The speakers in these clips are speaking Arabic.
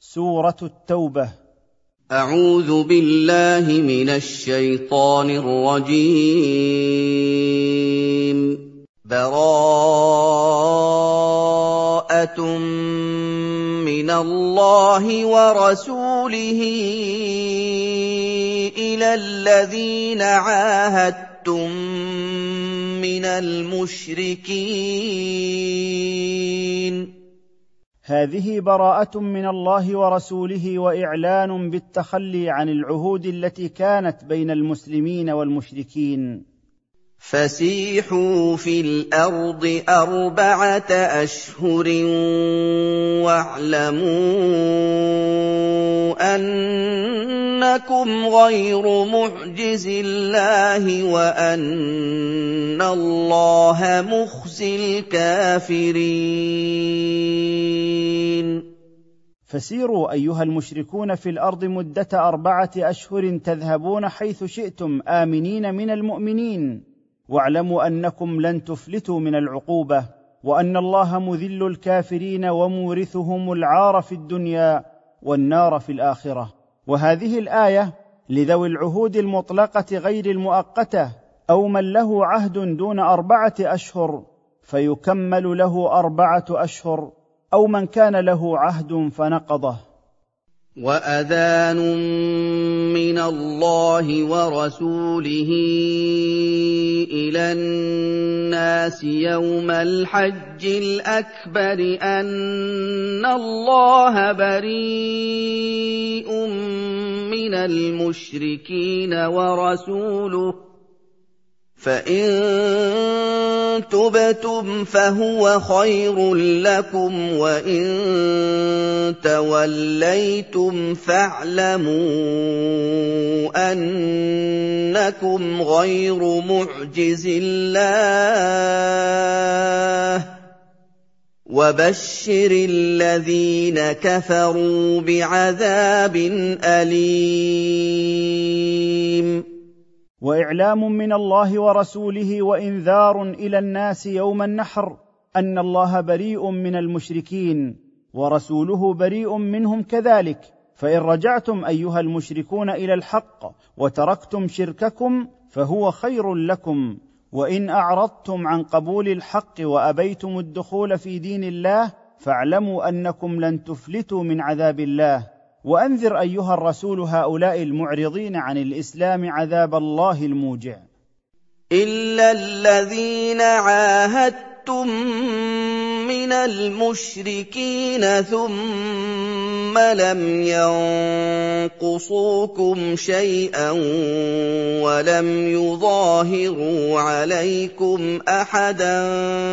سورة التوبة. أعوذ بالله من الشيطان الرجيم. براءة من الله ورسوله إلى الذين عاهدتم من المشركين. هذه براءة من الله ورسوله وإعلان بالتخلي عن العهود التي كانت بين المسلمين والمشركين. فسيحوا في الأرض 4 أشهر واعلموا أنكم غير معجز الله وأن الله مخزي الكافرين. فسيروا أيها المشركون في الأرض مدة 4 أشهر تذهبون حيث شئتم آمنين من المؤمنين، واعلموا أنكم لن تفلتوا من العقوبة، وأن الله مذل الكافرين ومورثهم العار في الدنيا والنار في الآخرة. وهذه الآية لذوي العهود المطلقة غير المؤقتة، أو من له عهد دون 4 أشهر فيكمل له 4 أشهر، أو من كان له عهد فنقضه. وأذان من الله ورسوله إلى الناس يوم الحج الأكبر أن الله بريء من المشركين ورسوله، فإن تبتم فهو خير لكم، وإن توليتم فاعلموا أنكم غير معجز الله، وبشر الذين كفروا بعذاب أليم. وإعلام من الله ورسوله وإنذار إلى الناس يوم النحر أن الله بريء من المشركين ورسوله بريء منهم كذلك. فإن رجعتم أيها المشركون إلى الحق وتركتم شرككم فهو خير لكم، وإن أعرضتم عن قبول الحق وأبيتم الدخول في دين الله فاعلموا أنكم لن تفلتوا من عذاب الله. وأنذر أيها الرسول هؤلاء المعرضين عن الإسلام عذاب الله الموجع. إلا الذين عاهدتم من المشركين ثم لم ينقصوكم شيئا ولم يظاهروا عليكم أحدا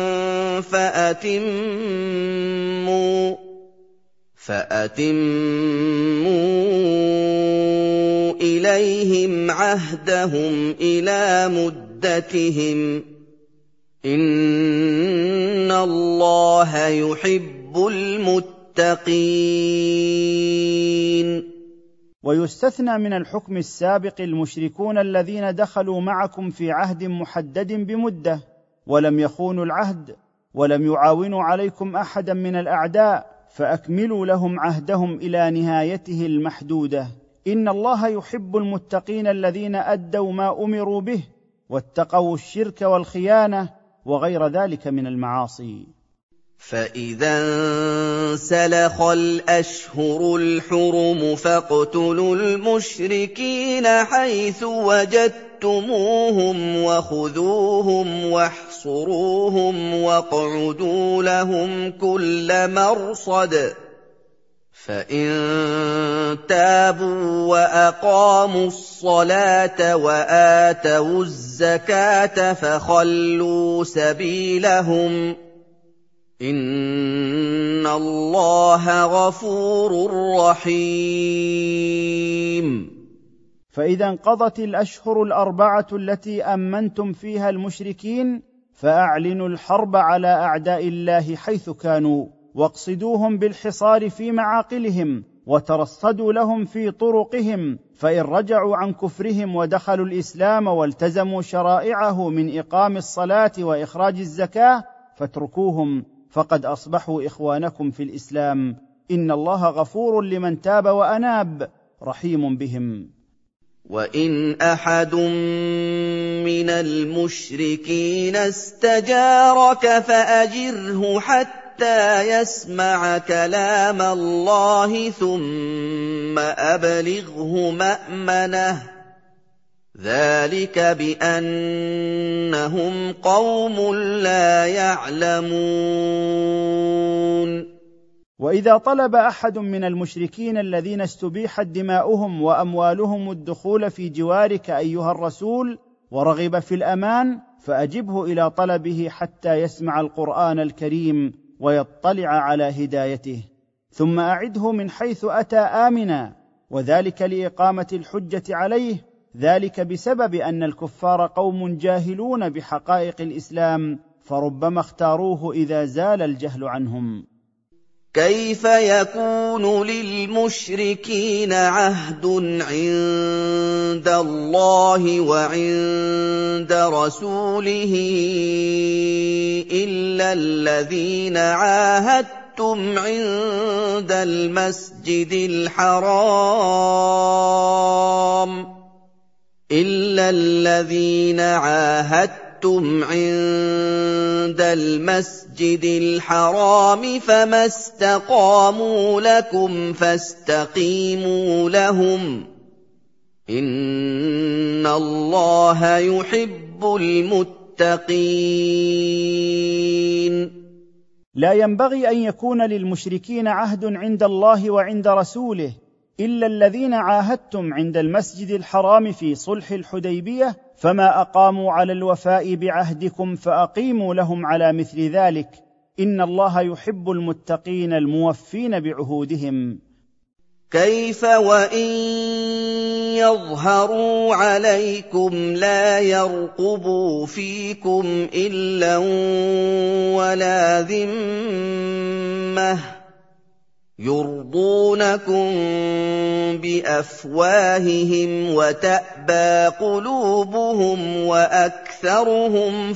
فأتموا إليهم عهدهم إلى مدتهم، إن الله يحب المتقين. ويستثنى من الحكم السابق المشركون الذين دخلوا معكم في عهد محدد بمدة ولم يخونوا العهد ولم يعاونوا عليكم أحدا من الأعداء، فأكملوا لهم عهدهم إلى نهايته المحدودة. إن الله يحب المتقين الذين أدوا ما أمروا به واتقوا الشرك والخيانة وغير ذلك من المعاصي. فإذا انسلخ الأشهر الحرم فاقتلوا المشركين حيث وجدتموهم وخذوهم واحصروهم واقعدوا لهم كل مرصد، فإن تابوا وأقاموا الصلاة وآتوا الزكاة فخلوا سبيلهم، إن الله غفور رحيم. فإذا انقضت الأشهر 4 التي أمنتم فيها المشركين فأعلنوا الحرب على أعداء الله حيث كانوا، واقصدوهم بالحصار في معاقلهم وترصدوا لهم في طرقهم، فإن رجعوا عن كفرهم ودخلوا الإسلام والتزموا شرائعه من إقام الصلاة وإخراج الزكاة فاتركوهم، فقد أصبحوا إخوانكم في الإسلام، إن الله غفور لمن تاب وأناب رحيم بهم. وَإِنْ أَحَدٌ مِّنَ الْمُشْرِكِينَ اسْتَجَارَكَ فَأَجِرْهُ حَتَّىٰ يَسْمَعَ كَلَامَ اللَّهِ ثُمَّ أَبْلِغْهُ مَأْمَنَهُ ۚ ذَٰلِكَ بِأَنَّهُمْ قَوْمٌ لَّا يَعْلَمُونَ. وإذا طلب أحد من المشركين الذين استبيحت دماؤهم وأموالهم الدخول في جوارك أيها الرسول ورغب في الأمان، فأجبه إلى طلبه حتى يسمع القرآن الكريم ويطلع على هدايته، ثم أعده من حيث أتى آمنا، وذلك لإقامة الحجة عليه، ذلك بسبب أن الكفار قوم جاهلون بحقائق الإسلام، فربما اختاروه إذا زال الجهل عنهم. كيف يكون للمشركين عهد عند الله وعند رسوله إلا الذين عاهدتم عند المسجد الحرام فما استقاموا لكم فاستقيموا لهم إن الله يحب المتقين. لا ينبغي أن يكون للمشركين عهد عند الله وعند رسوله إلا الذين عاهدتم عند المسجد الحرام في صلح الحديبية، فما أقاموا على الوفاء بعهدكم فأقيموا لهم على مثل ذلك، إن الله يحب المتقين الموفين بعهودهم. كيف وإن يظهروا عليكم لا يرقبوا فيكم إلا ولا ذمة يرضونكم بأفواههم وتأبى قلوبهم وأكثرهم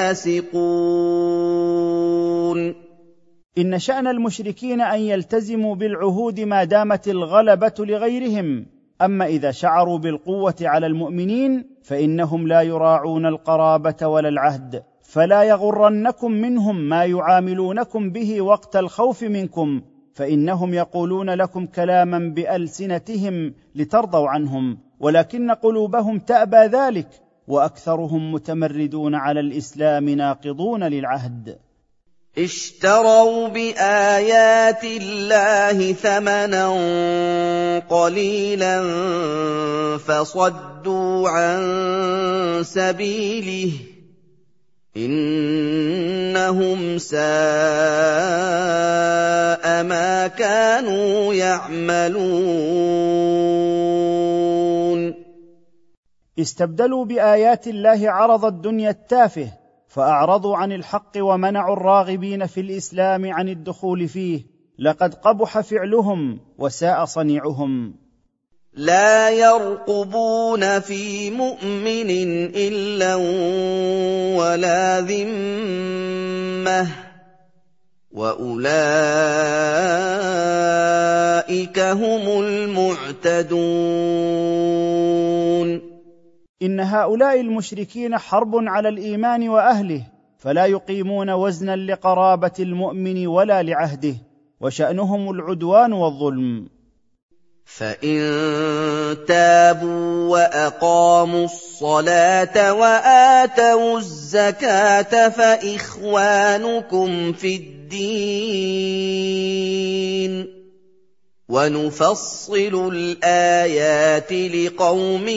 فاسقون. إن شأن المشركين أن يلتزموا بالعهود ما دامت الغلبة لغيرهم، أما إذا شعروا بالقوة على المؤمنين فإنهم لا يراعون القرابة ولا العهد، فلا يغرنكم منهم ما يعاملونكم به وقت الخوف منكم، فإنهم يقولون لكم كلاما بألسنتهم لترضوا عنهم، ولكن قلوبهم تأبى ذلك، وأكثرهم متمردون على الإسلام ناقضون للعهد. اشتروا بآيات الله ثمنا قليلا فصدوا عن سبيله إنهم ساء ما كانوا يعملون. استبدلوا بآيات الله عرض الدنيا التافه، فأعرضوا عن الحق ومنعوا الراغبين في الإسلام عن الدخول فيه، لقد قبح فعلهم وساء صنيعهم. لا يرقبون في مؤمن إلا ولا ذمة وأولئك هم المعتدون. إن هؤلاء المشركين حرب على الإيمان وأهله، فلا يقيمون وزنا لقرابة المؤمن ولا لعهده، وشأنهم العدوان والظلم. فإن تابوا وأقاموا الصلاة وآتوا الزكاة فإخوانكم في الدين ونفصل الآيات لقوم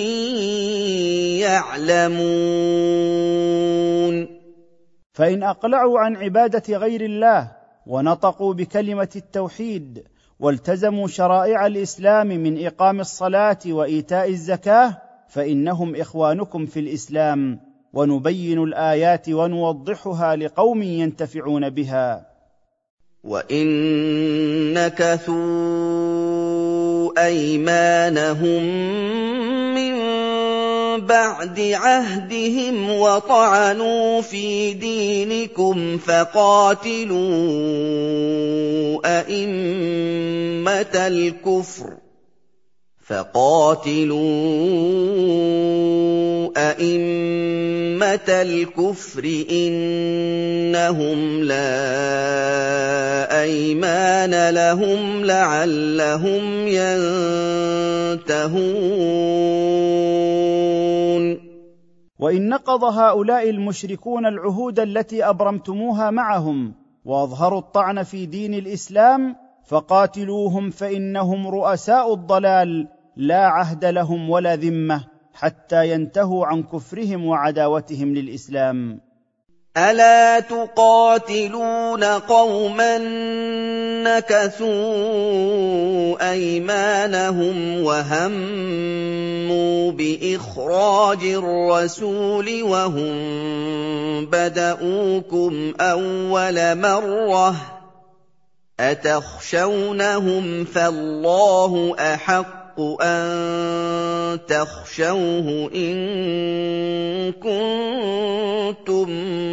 يعلمون. فإن أقلعوا عن عبادة غير الله ونطقوا بكلمة التوحيد والتزموا شرائع الإسلام من إقام الصلاة وإيتاء الزكاة فإنهم إخوانكم في الإسلام، ونبين الآيات ونوضحها لقوم ينتفعون بها. وإن نكثوا أيمانهم من بَعْدِ عَهْدِهِمْ وَطَعَنُوا فِي دِينِكُمْ فَقَاتِلُوا أَئِمَّةَ الْكُفْرِ إِنَّهُمْ لَا أَيْمَانَ لَهُمْ لَعَلَّهُمْ يَنتَهُونَ وإن نقض هؤلاء المشركون العهود التي أبرمتموها معهم وأظهروا الطعن في دين الإسلام فقاتلوهم فإنهم رؤساء الضلال لا عهد لهم ولا ذمة حتى ينتهوا عن كفرهم وعداوتهم للإسلام. ألا تقاتلون قوما نكثوا أيمانهم وهموا بإخراج الرسول وهم بدؤوكم أول مرة أتخشونهم فالله أحق أن تخشوه إن كنتم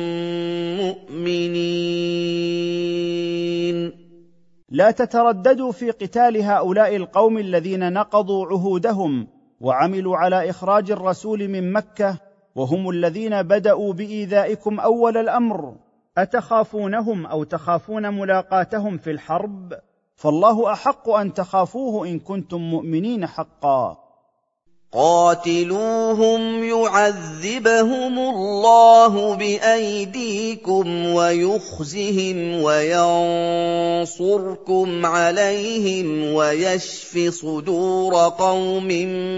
مؤمنين. لا تترددوا في قتال هؤلاء القوم الذين نقضوا عهودهم وعملوا على إخراج الرسول من مكة وهم الذين بدأوا بإيذائكم أول الأمر. أتخافونهم أو تخافون ملاقاتهم في الحرب؟ فالله أحق أن تخافوه إن كنتم مؤمنين حقا. قاتلوهم يعذبهم الله بأيديكم ويخزهم وينصركم عليهم ويشف صدور قوم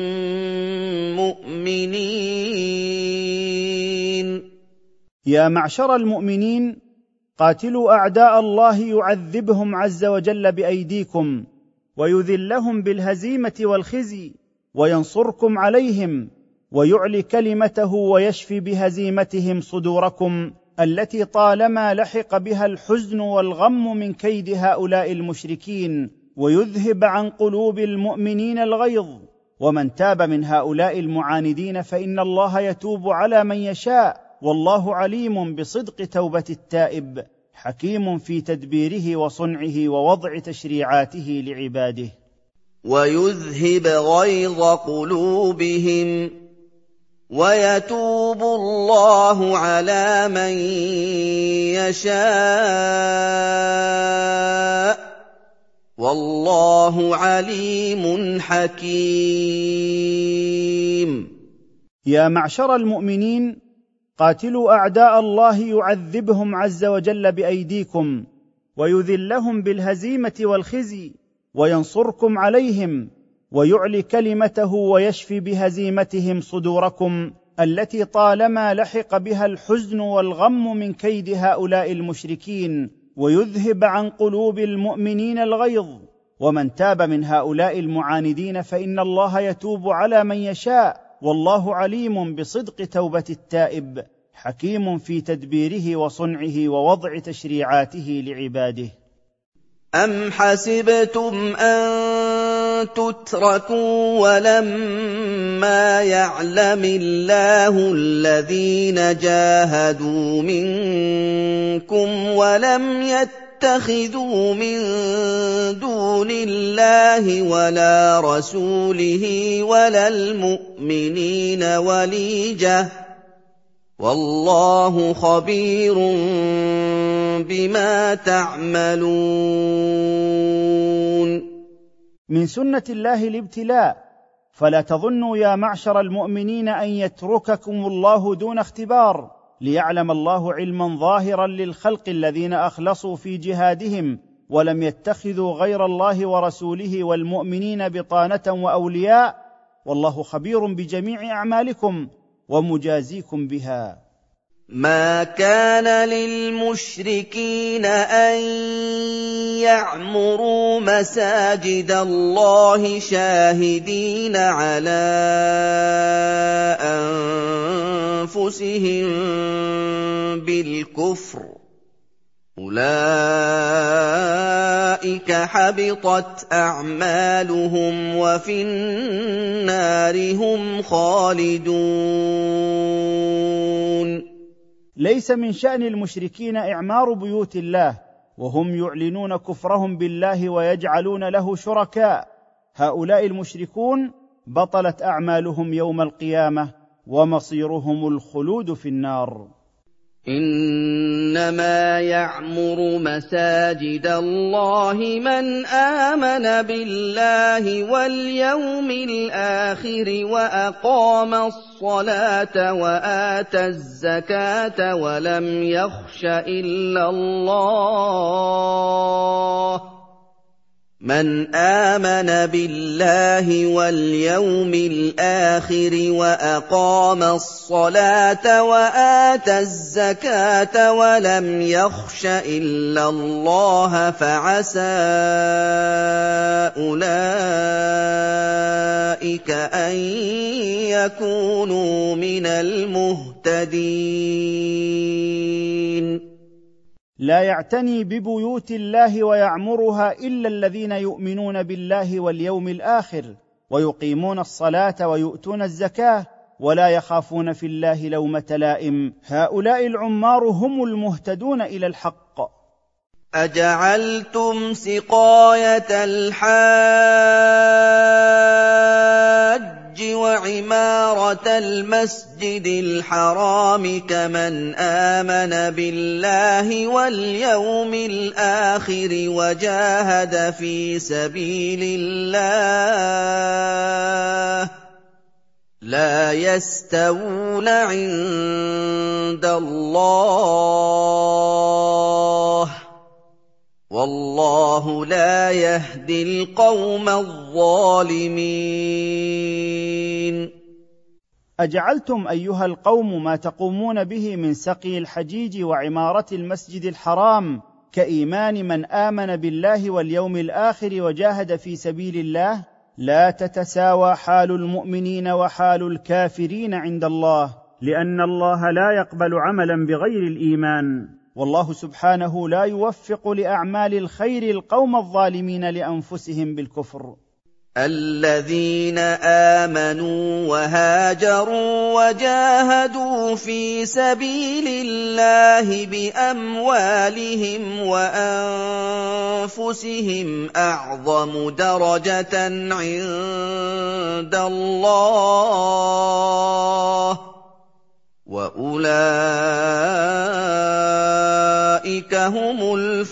مؤمنين. يا معشر المؤمنين، قاتلوا أعداء الله يعذبهم عز وجل بأيديكم ويذلهم بالهزيمة والخزي وينصركم عليهم ويعلي كلمته ويشفي بهزيمتهم صدوركم التي طالما لحق بها الحزن والغم من كيد هؤلاء المشركين ويذهب عن قلوب المؤمنين الغيظ. ومن تاب من هؤلاء المعاندين فإن الله يتوب على من يشاء والله عليم بصدق توبة التائب حكيم في تدبيره وصنعه ووضع تشريعاته لعباده. ويذهب غيظ قلوبهم ويتوب الله على من يشاء والله عليم حكيم. يا معشر المؤمنين، قاتلوا أعداء الله يعذبهم عز وجل بأيديكم ويذلهم بالهزيمة والخزي وينصركم عليهم ويعلي كلمته ويشفي بهزيمتهم صدوركم التي طالما لحق بها الحزن والغم من كيد هؤلاء المشركين ويذهب عن قلوب المؤمنين الغيظ. ومن تاب من هؤلاء المعاندين فإن الله يتوب على من يشاء والله عليم بصدق توبة التائب حكيم في تدبيره وصنعه ووضع تشريعاته لعباده. أم حسبتم أن تتركوا ولما يعلم الله الذين جاهدوا منكم ولم يتخذوا من دون الله ولا رسوله ولا المؤمنين وليجة والله خبير بما تعملون. من سنة الله الابتلاء، فلا تظنوا يا معشر المؤمنين أن يترككم الله دون اختبار، ليعلم الله علما ظاهرا للخلق الذين أخلصوا في جهادهم ولم يتخذوا غير الله ورسوله والمؤمنين بطانة وأولياء، والله خبير بجميع أعمالكم ومجازيكم بها. ما كان للمشركين أن يعمروا مساجد الله شاهدين على أنفسهم بالكفر أُولَٰئِكَ حَبِطَتْ أَعْمَالُهُمْ وَفِي النَّارِ هُمْ خَالِدُونَ ليس من شأن المشركين إعمار بيوت الله وهم يعلنون كفرهم بالله ويجعلون له شركاء. هؤلاء المشركون بطلت أعمالهم يوم القيامة ومصيرهم الخلود في النار. إِنَّمَا يَعْمُرُ مَسَاجِدَ اللَّهِ مَنْ آمَنَ بِاللَّهِ وَالْيَوْمِ الْآخِرِ وَأَقَامَ الصَّلَاةَ وَآتَى الزَّكَاةَ وَلَمْ يَخْشَ إِلَّا اللَّهَ مَنْ آمَنَ بِاللَّهِ وَالْيَوْمِ الْآخِرِ وَأَقَامَ الصَّلَاةَ وَآتَى الزَّكَاةَ وَلَمْ يَخْشَ إِلَّا اللَّهَ فَعَسَىٰ أُولَٰئِكَ أَن يَكُونُوا مِنَ الْمُهْتَدِينَ. لا يعتني ببيوت الله ويعمرها إلا الذين يؤمنون بالله واليوم الآخر ويقيمون الصلاة ويؤتون الزكاة ولا يخافون في الله لومة لائم. هؤلاء العمار هم المهتدون إلى الحق. أَجَعَلْتُمْ سِقَايَةَ الْحَاجِّ وَعِمَارَةَ الْمَسْجِدِ الْحَرَامِ كَمَنْ آمَنَ بِاللَّهِ وَالْيَوْمِ الْآخِرِ وَجَاهَدَ فِي سَبِيلِ اللَّهِ ۚ لَا يَسْتَوُونَ عِندَ اللَّهِ ۗ وَاللَّهُ لَا يَهْدِي الْقَوْمَ الظَّالِمِينَ. أجعلتم أيها القوم ما تقومون به من سقي الحجيج وعمارة المسجد الحرام كإيمان من آمن بالله واليوم الآخر وجاهد في سبيل الله؟ لا تتساوى حال المؤمنين وحال الكافرين عند الله، لأن الله لا يقبل عملا بغير الإيمان، والله سبحانه لا يوفق لأعمال الخير القوم الظالمين لأنفسهم بالكفر. الَّذِينَ آمَنُوا وَهَاجَرُوا وَجَاهَدُوا فِي سَبِيلِ اللَّهِ بِأَمْوَالِهِمْ وَأَنفُسِهِمْ أَعْظَمُ دَرَجَةً عِندَ اللَّهِ ۚ وَأُولَٰئِكَ هُمُ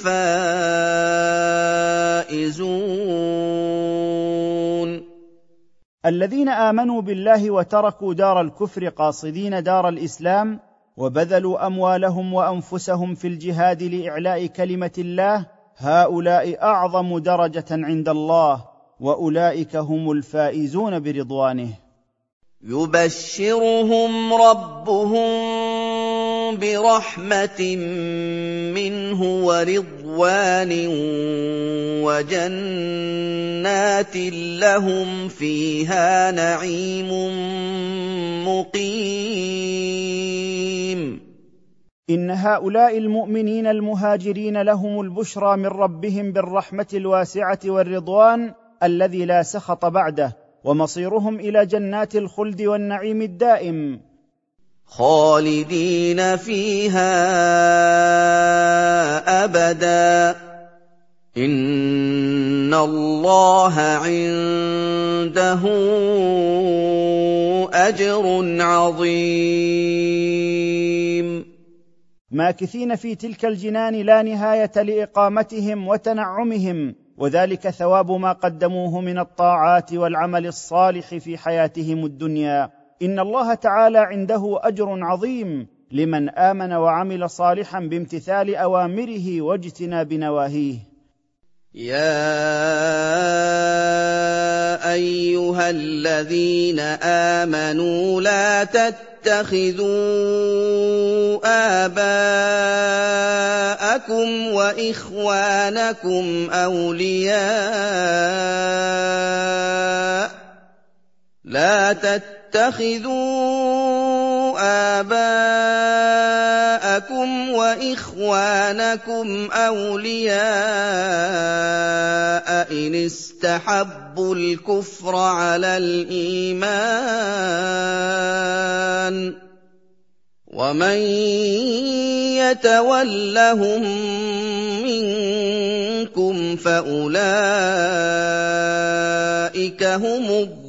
الْفَائِزُونَ. الذين آمنوا بالله وتركوا دار الكفر قاصدين دار الإسلام وبذلوا أموالهم وأنفسهم في الجهاد لإعلاء كلمة الله، هؤلاء أعظم درجة عند الله، وأولئك هم الفائزون برضوانه. يُبَشِّرُهُمْ رَبُّهُم بِرَحْمَةٍ مِّنْهُ وَرِضْوَانٍ وَجَنَّاتٍ لَّهُمْ فِيهَا نَعِيمٌ مُّقِيمٌ. إن هؤلاء المؤمنين المهاجرين لهم البشرى من ربهم بالرحمة الواسعة والرضوان الذي لا سخط بعده، ومصيرهم إلى جنات الخلد والنعيم الدائم خالدين فيها أبدا. إن الله عنده أجر عظيم. ماكثين في تلك الجنان لا نهاية لإقامتهم وتنعمهم، وذلك ثواب ما قدموه من الطاعات والعمل الصالح في حياتهم الدنيا. إن الله تعالى عنده أجر عظيم لمن آمن وعمل صالحا بامتثال أوامره واجتناب نواهيه. يا أيها الذين آمنوا لا تتخذوا آباءكم وإخوانكم أولياء آباءكم وإخوانكم أولياء إن استحبوا الكفر على الإيمان ۚ ومن يتولهم منكم فأولئك هم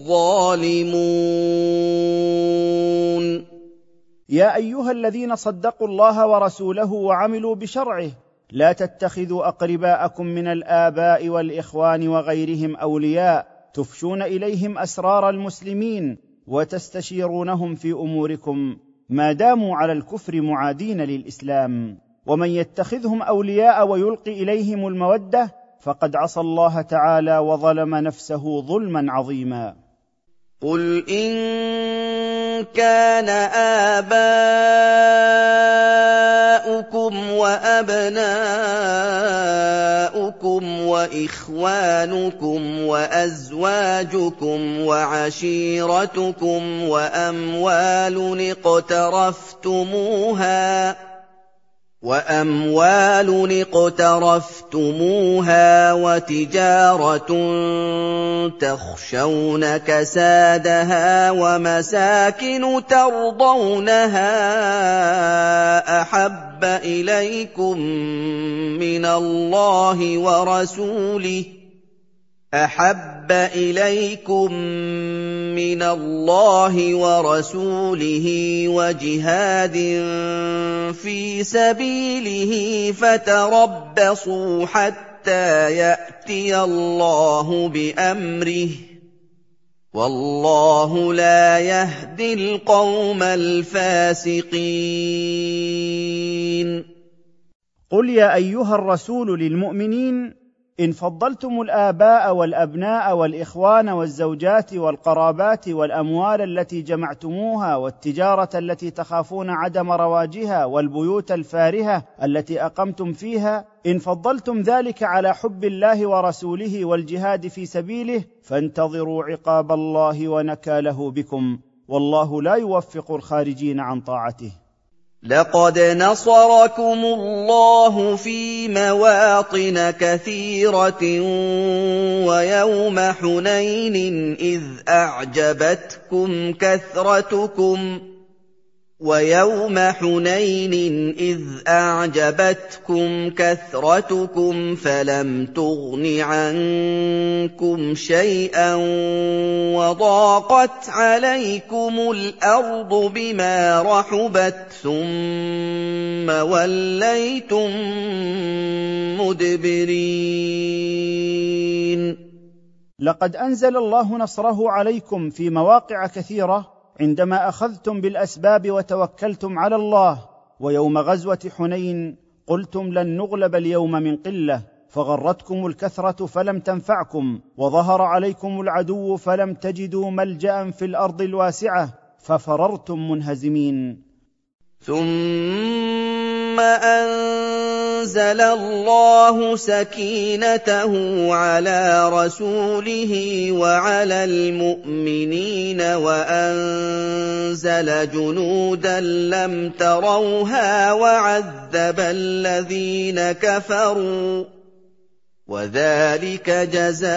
الظالمون. يا أيها الذين صدقوا الله ورسوله وعملوا بشرعه، لا تتخذوا أقرباءكم من الآباء والإخوان وغيرهم أولياء تفشون إليهم أسرار المسلمين وتستشيرونهم في أموركم ما داموا على الكفر معادين للإسلام، ومن يتخذهم أولياء ويلقي إليهم المودة فقد عصى الله تعالى وظلم نفسه ظلما عظيما. قل إن كان آباؤكم وأبناؤكم وإخوانكم وأزواجكم وعشيرتكم وأموال اقترفتموها وتجارة تخشون كسادها ومساكن ترضونها أحب إليكم من الله ورسوله وجهاد في سبيله فتربصوا حتى يأتي الله بأمره، والله لا يهدي القوم الفاسقين. قل يا أيها الرسول للمؤمنين: إن فضلتم الآباء والأبناء والإخوان والزوجات والقرابات والأموال التي جمعتموها والتجارة التي تخافون عدم رواجها والبيوت الفارهة التي أقمتم فيها، إن فضلتم ذلك على حب الله ورسوله والجهاد في سبيله فانتظروا عقاب الله ونكاله بكم، والله لا يوفق الخارجين عن طاعته. لقد نصركم الله في مواطن كثيرة ويوم حنين إذ أعجبتكم كثرتكم فلم تغن عنكم شيئا وضاقت عليكم الأرض بما رحبت ثم وليتم مدبرين. لقد أنزل الله نصره عليكم في مواقع كثيرة عندما أخذتم بالأسباب وتوكلتم على الله، ويوم غزوة حنين قلتم لن نغلب اليوم من قلة، فغرتكم الكثرة فلم تنفعكم، وظهر عليكم العدو فلم تجدوا ملجأ في الأرض الواسعة ففررتم منهزمين. ثم أنزل الله سكينته على رسوله وعلى المؤمنين وأنزل جنودا لم تروها وعذب الذين كفروا، وذلك جزاء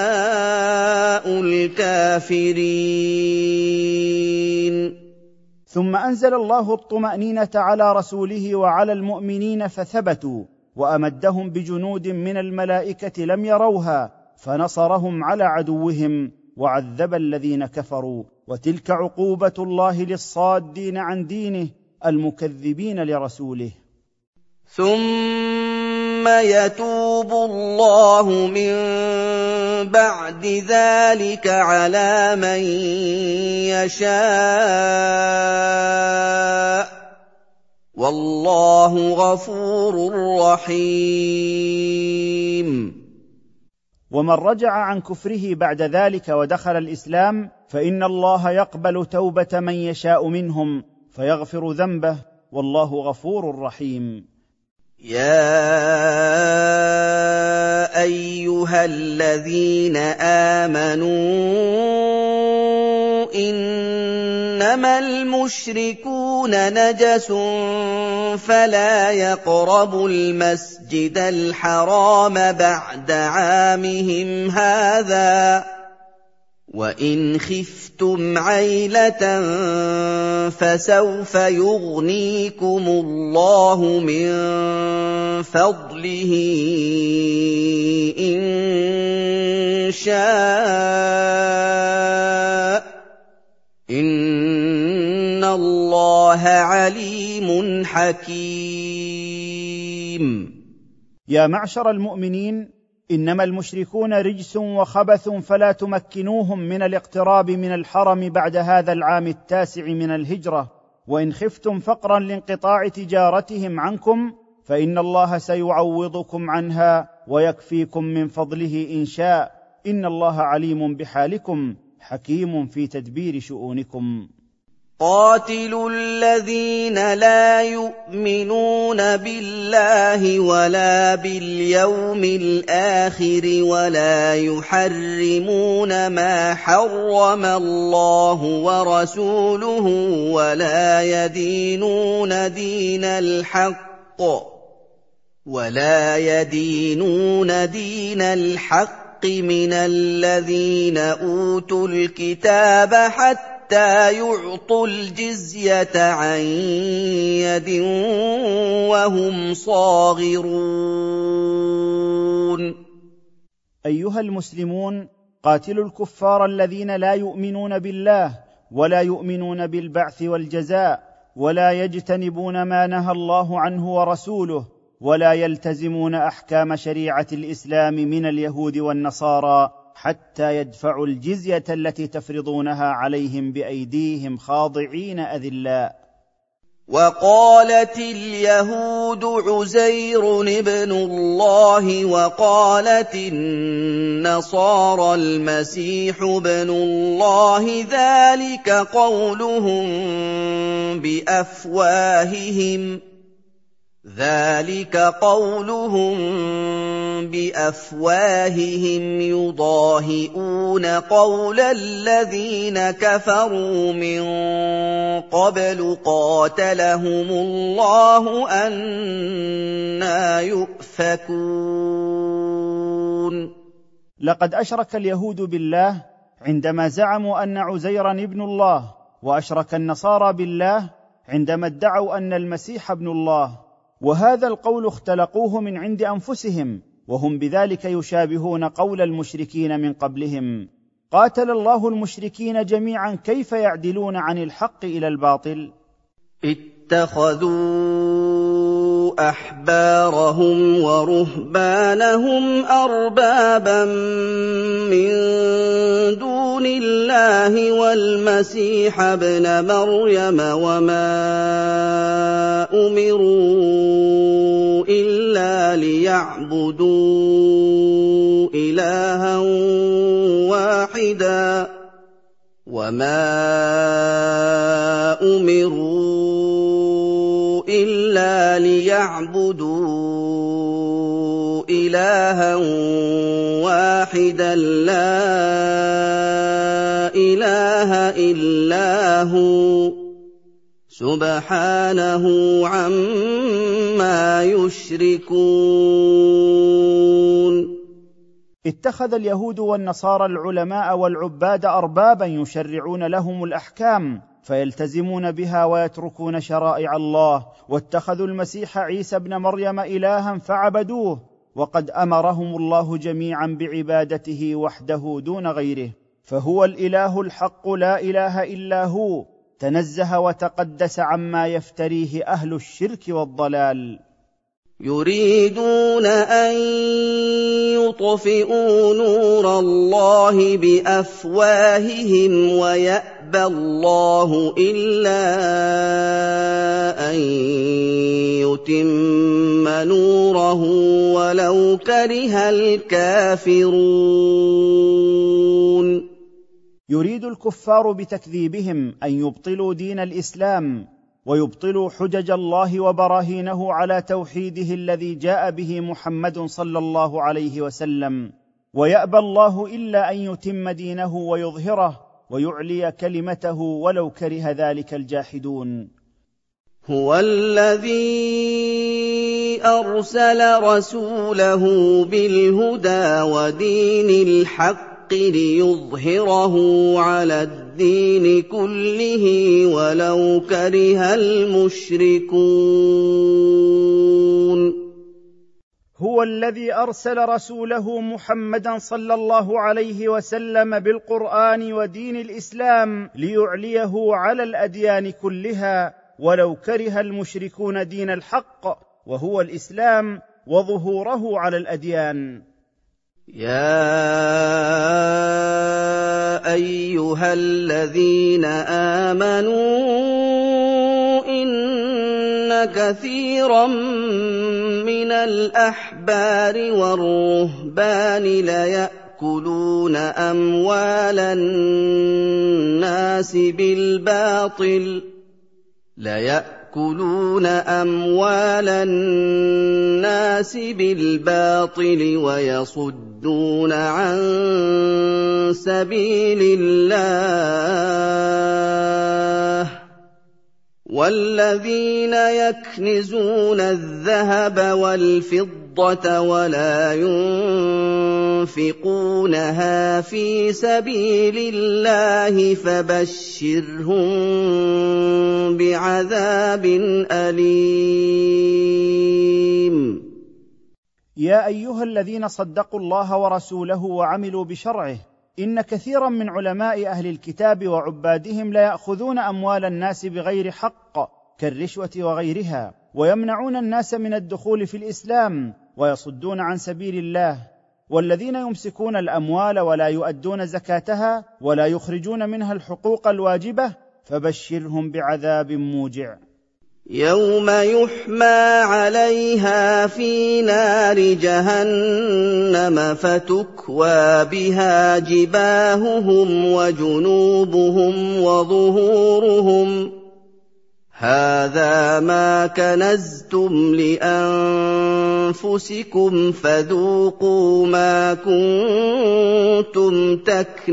الكافرين. ثم أنزل الله الطمأنينة على رسوله وعلى المؤمنين فثبتوا، وأمدهم بجنود من الملائكة لم يروها فنصرهم على عدوهم وعذب الذين كفروا، وتلك عقوبة الله للصادين عن دينه المكذبين لرسوله. ثم يتوب الله من بعد ذلك على من يشاء، والله غفور رحيم. ومن رجع عن كفره بعد ذلك ودخل الإسلام فإن الله يقبل توبة من يشاء منهم فيغفر ذنبه، والله غفور رحيم. يا أيها الذين آمنوا إنما المشركون نجس فلا يقربوا المسجد الحرام بعد عامهم هذا وإن خفتم عيلة فسوف يغنيكم الله من فضله إن شاء إن الله عليم حكيم. يا معشر المؤمنين، إنما المشركون رجس وخبث، فلا تمكنوهم من الاقتراب من الحرم بعد هذا العام 9 من الهجرة. وإن خفتم فقرا لانقطاع تجارتهم عنكم فإن الله سيعوضكم عنها ويكفيكم من فضله إن شاء، إن الله عليم بحالكم حكيم في تدبير شؤونكم. قاتلوا الذين لا يؤمنون بالله ولا باليوم الآخر ولا يحرمون ما حرم الله ورسوله ولا يدينون دين الحق من الذين أوتوا الكتاب حتى يعطوا الجزية عن يد وهم صاغرون. أيها المسلمون، قاتلوا الكفار الذين لا يؤمنون بالله ولا يؤمنون بالبعث والجزاء ولا يجتنبون ما نهى الله عنه ورسوله ولا يلتزمون أحكام شريعة الإسلام من اليهود والنصارى حتى يدفعوا الجزية التي تفرضونها عليهم بأيديهم خاضعين أذلاء. وقالت اليهود عزير ابن الله وقالت النصارى المسيح ابن الله، ذلك قولهم بأفواههم يضاهئون قول الذين كفروا من قبل قاتلهم الله أنى يؤفكون. لقد أشرك اليهود بالله عندما زعموا أن عزيرا ابن الله، وأشرك النصارى بالله عندما ادعوا أن المسيح ابن الله، وهذا القول اختلقوه من عند أنفسهم، وهم بذلك يشابهون قول المشركين من قبلهم. قاتل الله المشركين جميعا، كيف يعدلون عن الحق إلى الباطل؟ اتخذوا أحبارهم ورهبانهم أربابا من دون الله والمسيح ابن مريم وما أمروا إلا ليعبدوا إلها واحدا لا إله إلا هو سبحانه عما يشركون. اتخذ اليهود والنصارى العلماء والعباد أربابا يشرعون لهم الأحكام فيلتزمون بها ويتركون شرائع الله، واتخذوا المسيح عيسى ابن مريم إلها فعبدوه، وقد أمرهم الله جميعا بعبادته وحده دون غيره، فهو الإله الحق لا إله إلا هو، تنزه وتقدس عما يفتريه أهل الشرك والضلال. يريدون أن يطفئوا نور الله بأفواههم ويأبى الله إلا أن يتم نوره ولو كره الكافرون. يريد الكفار بتكذيبهم أن يبطلوا دين الإسلام ويبطلوا حجج الله وبراهينه على توحيده الذي جاء به محمد صلى الله عليه وسلم، ويأبى الله إلا أن يتم دينه ويظهره ويعلي كلمته ولو كره ذلك الجاحدون. هُوَ الَّذِي أَرْسَلَ رَسُولَهُ بِالْهُدَىٰ وَدِينِ الْحَقِّ لِيُظْهِرَهُ عَلَى الدِّينِ كُلِّهِ وَلَوْ كَرِهَ الْمُشْرِكُونَ هو الذي أرسل رسوله محمدًا صلى الله عليه وسلم بالقرآن ودين الإسلام ليعليه على الأديان كلها ولو كره المشركون دين الحق وهو الإسلام وظهوره على الأديان. يا أيها الذين آمنوا إن كثيرا من الأحبار والرهبان ليأكلون أموال الناس بالباطل ويصدون عن سبيل الله والذين يكنزون الذهب والفضة ولا ينفقونها في سبيل الله فبشرهم بعذاب أليم. يا أيها الذين صدقوا الله ورسوله وعملوا بشرعه، إن كثيرا من علماء أهل الكتاب وعبادهم ليأخذون أموال الناس بغير حق كالرشوة وغيرها، ويمنعون الناس من الدخول في الإسلام ويصدون عن سبيل الله، والذين يمسكون الأموال ولا يؤدون زكاتها ولا يخرجون منها الحقوق الواجبة فبشرهم بعذاب موجع. يوم يحمى عليها في نار جهنم فتكوى بها جباههم وجنوبهم وظهورهم هذا ما كنزتم لأنفسكم فذوقوا ما كنتم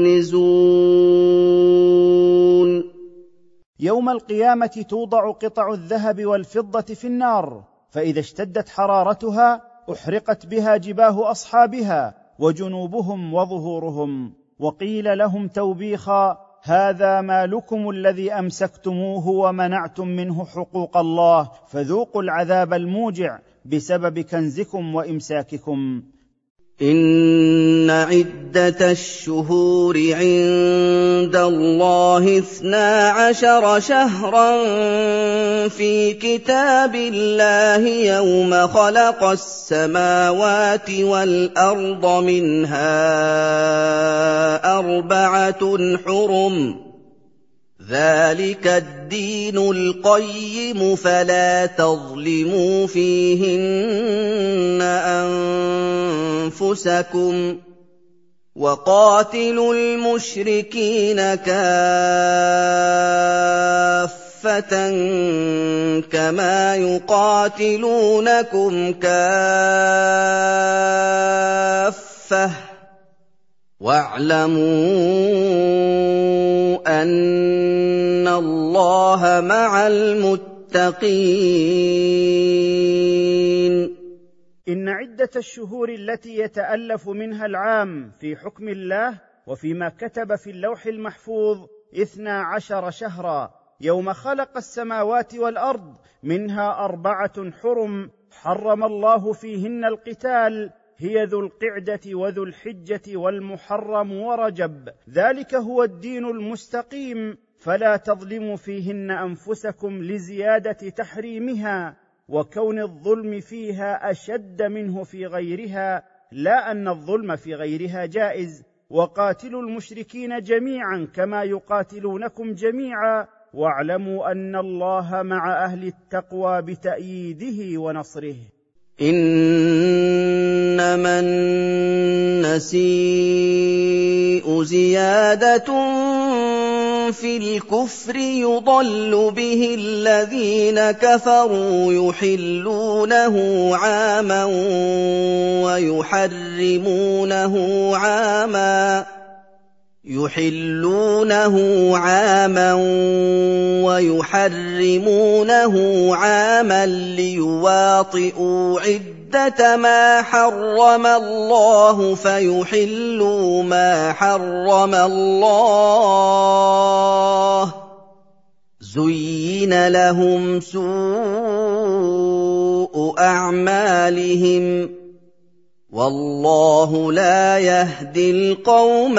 تكنزون. يوم القيامة توضع قطع الذهب والفضة في النار، فإذا اشتدت حرارتها أحرقت بها جباه أصحابها وجنوبهم وظهورهم، وقيل لهم توبيخا: هذا مالكم الذي أمسكتموه ومنعتم منه حقوق الله، فذوقوا العذاب الموجع بسبب كنزكم وإمساككم. إن عدة الشهور عند الله 12 شهرا في كتاب الله يوم خلق السماوات والأرض منها 4 حرم ذلك الدين القيم فلا تظلموا فيهن أنفسكم وقاتلوا المشركين كافة كما يقاتلونكم كافة واعلموا أن الله مع المتقين. إن عدة الشهور التي يتألف منها العام في حكم الله وفيما كتب في اللوح المحفوظ 12 شهرا يوم خلق السماوات والأرض، منها 4 حرم حرم الله فيهن القتال، هي ذو القعدة وذو الحجة والمحرم ورجب، ذلك هو الدين المستقيم، فلا تظلموا فيهن أنفسكم لزيادة تحريمها وكون الظلم فيها أشد منه في غيرها، لا أن الظلم في غيرها جائز. وقاتلوا المشركين جميعا كما يقاتلونكم جميعا واعلموا أن الله مع أهل التقوى بتأييده ونصره. إنما النسيء زيادة في الكفر يضل به الذين كفروا يحلونه عاما ويحرمونه عاما يحلونه عاما ويحرمونه عاما ليواطئوا عدة ما حرم الله فيحلوا ما حرم الله زين لهم سوء أعمالهم والله لا يهدي القوم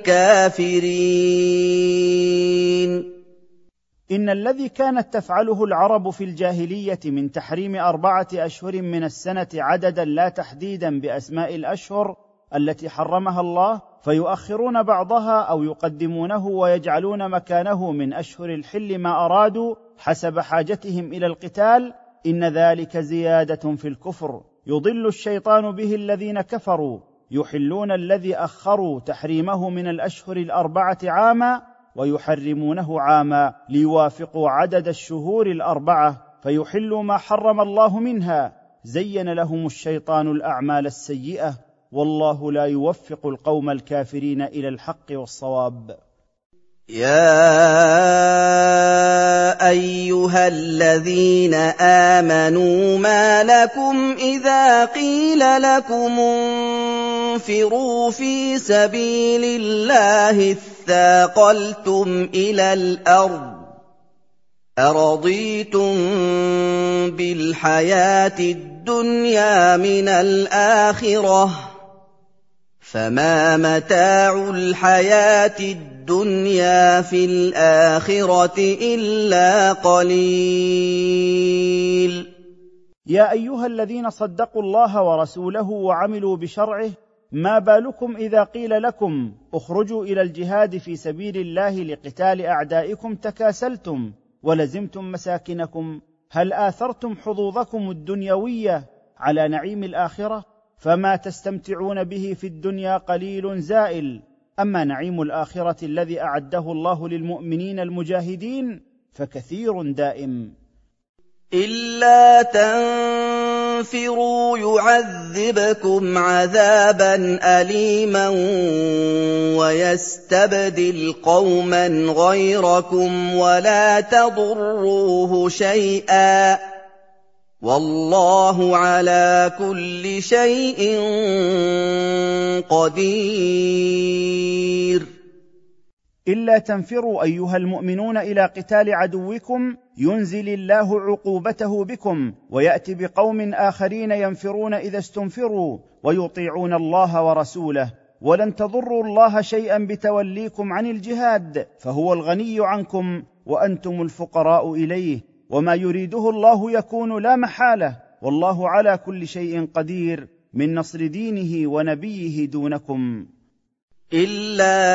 الكافرين. إن الذي كانت تفعله العرب في الجاهلية من تحريم 4 أشهر من السنة عددا لا تحديدا بأسماء الأشهر التي حرمها الله، فيؤخرون بعضها أو يقدمونه ويجعلون مكانه من أشهر الحل ما أرادوا حسب حاجتهم إلى القتال، إن ذلك زيادة في الكفر يضل الشيطان به الذين كفروا، يحلون الذي أخروا تحريمه من الأشهر 4 عاما ويحرمونه عاما ليوافقوا عدد الشهور 4 فيحلوا ما حرم الله منها. زين لهم الشيطان الأعمال السيئة والله لا يوفق القوم الكافرين إلى الحق والصواب. يا أيها الذين آمنوا ما لكم إذا قيل لكم انفروا في سبيل الله اثاقلتم إلى الأرض أرضيتم بالحياة الدنيا من الآخرة فما متاع الحياة الدنيا في الآخرة إلا قليل. يا أيها الذين صدقوا الله ورسوله وعملوا بشرعه، ما بالكم إذا قيل لكم اخرجوا إلى الجهاد في سبيل الله لقتال أعدائكم تكاسلتم ولزمتم مساكنكم؟ هل آثرتم حظوظكم الدنيوية على نعيم الآخرة؟ فما تستمتعون به في الدنيا قليل زائل، أما نعيم الآخرة الذي أعده الله للمؤمنين المجاهدين فكثير دائم. إلا تنفروا يعذبكم عذابا أليما ويستبدل قوما غيركم ولا تضروه شيئا والله على كل شيء قدير. إلا تنفروا أيها المؤمنون إلى قتال عدوكم ينزل الله عقوبته بكم ويأتي بقوم آخرين ينفرون إذا استنفروا ويطيعون الله ورسوله، ولن تضروا الله شيئا بتوليكم عن الجهاد فهو الغني عنكم وأنتم الفقراء إليه، وما يريده الله يكون لا محالة، والله على كل شيء قدير من نصر دينه ونبيه دونكم. إلا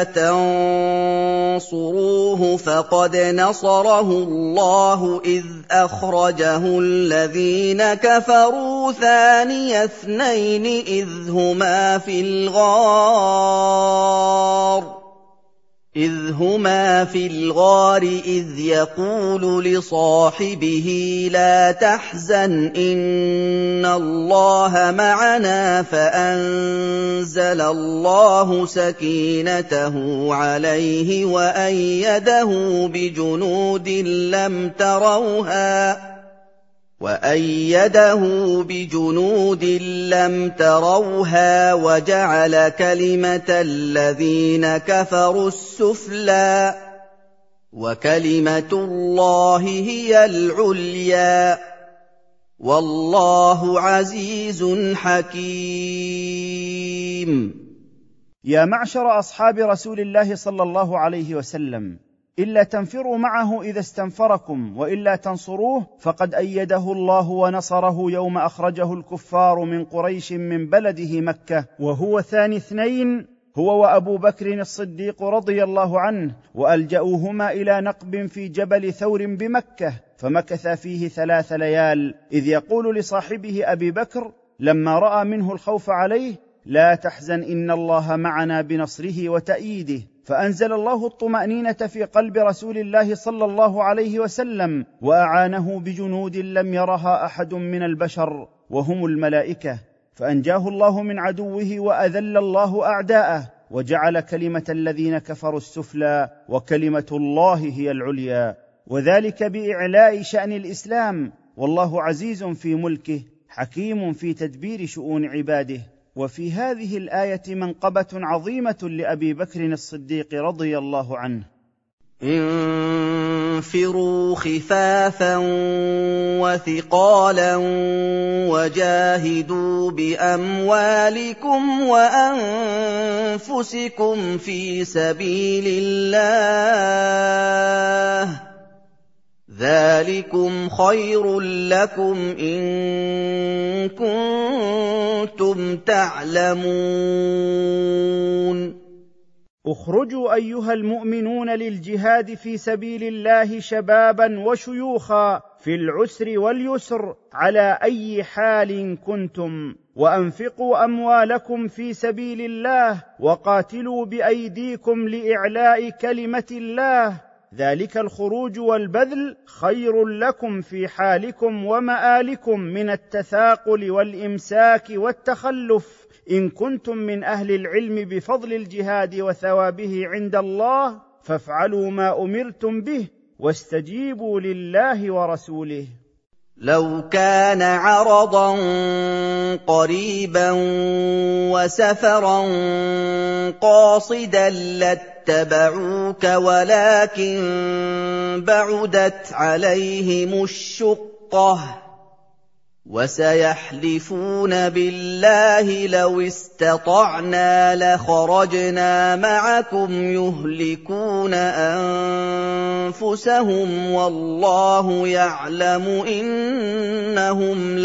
تنصروه فقد نصره الله إذ أخرجه الذين كفروا ثاني اثنين إذ هما في الغار إذ يقول لصاحبه لا تحزن إن الله معنا فأنزل الله سكينته عليه وأيده بجنود لم تروها وجعل كلمة الذين كفروا السفلى وكلمة الله هي العليا والله عزيز حكيم. يا معشر أصحاب رسول الله صلى الله عليه وسلم، إلا تنفروا معه إذا استنفركم وإلا تنصروه فقد أيده الله ونصره يوم أخرجه الكفار من قريش من بلده مكة وهو ثاني اثنين، هو وأبو بكر الصديق رضي الله عنه، وألجأوهما إلى نقب في جبل ثور بمكة فمكث فيه 3 ليال، إذ يقول لصاحبه أبي بكر لما رأى منه الخوف عليه لا تحزن إن الله معنا بنصره وتأييده، فأنزل الله الطمأنينة في قلب رسول الله صلى الله عليه وسلم وأعانه بجنود لم يرها أحد من البشر وهم الملائكة، فأنجاه الله من عدوه وأذل الله أعداءه وجعل كلمة الذين كفروا السفلى وكلمة الله هي العليا، وذلك بإعلاء شأن الإسلام، والله عزيز في ملكه حكيم في تدبير شؤون عباده. وفي هذه الآية منقبة عظيمة لأبي بكر الصديق رضي الله عنه: انفروا خفافا وثقالا وجاهدوا بأموالكم وأنفسكم في سبيل الله، ذلكم خير لكم إن كنتم تعلمون. اخرجوا أيها المؤمنون للجهاد في سبيل الله شبابا وشيوخا في العسر واليسر على أي حال كنتم، وأنفقوا أموالكم في سبيل الله وقاتلوا بأيديكم لإعلاء كلمة الله، ذلك الخروج والبذل خير لكم في حالكم ومآلكم من التثاقل والإمساك والتخلف، إن كنتم من أهل العلم بفضل الجهاد وثوابه عند الله، فافعلوا ما أمرتم به واستجيبوا لله ورسوله. لو كان عرضا قريبا وسفرا قاصدا لاتبعوك ولكن بعدت عليهم الشقة، وسيحلفون بالله لو استطعنا لخرجنا معكم يهلكون أنفسهم والله يعلم إنهم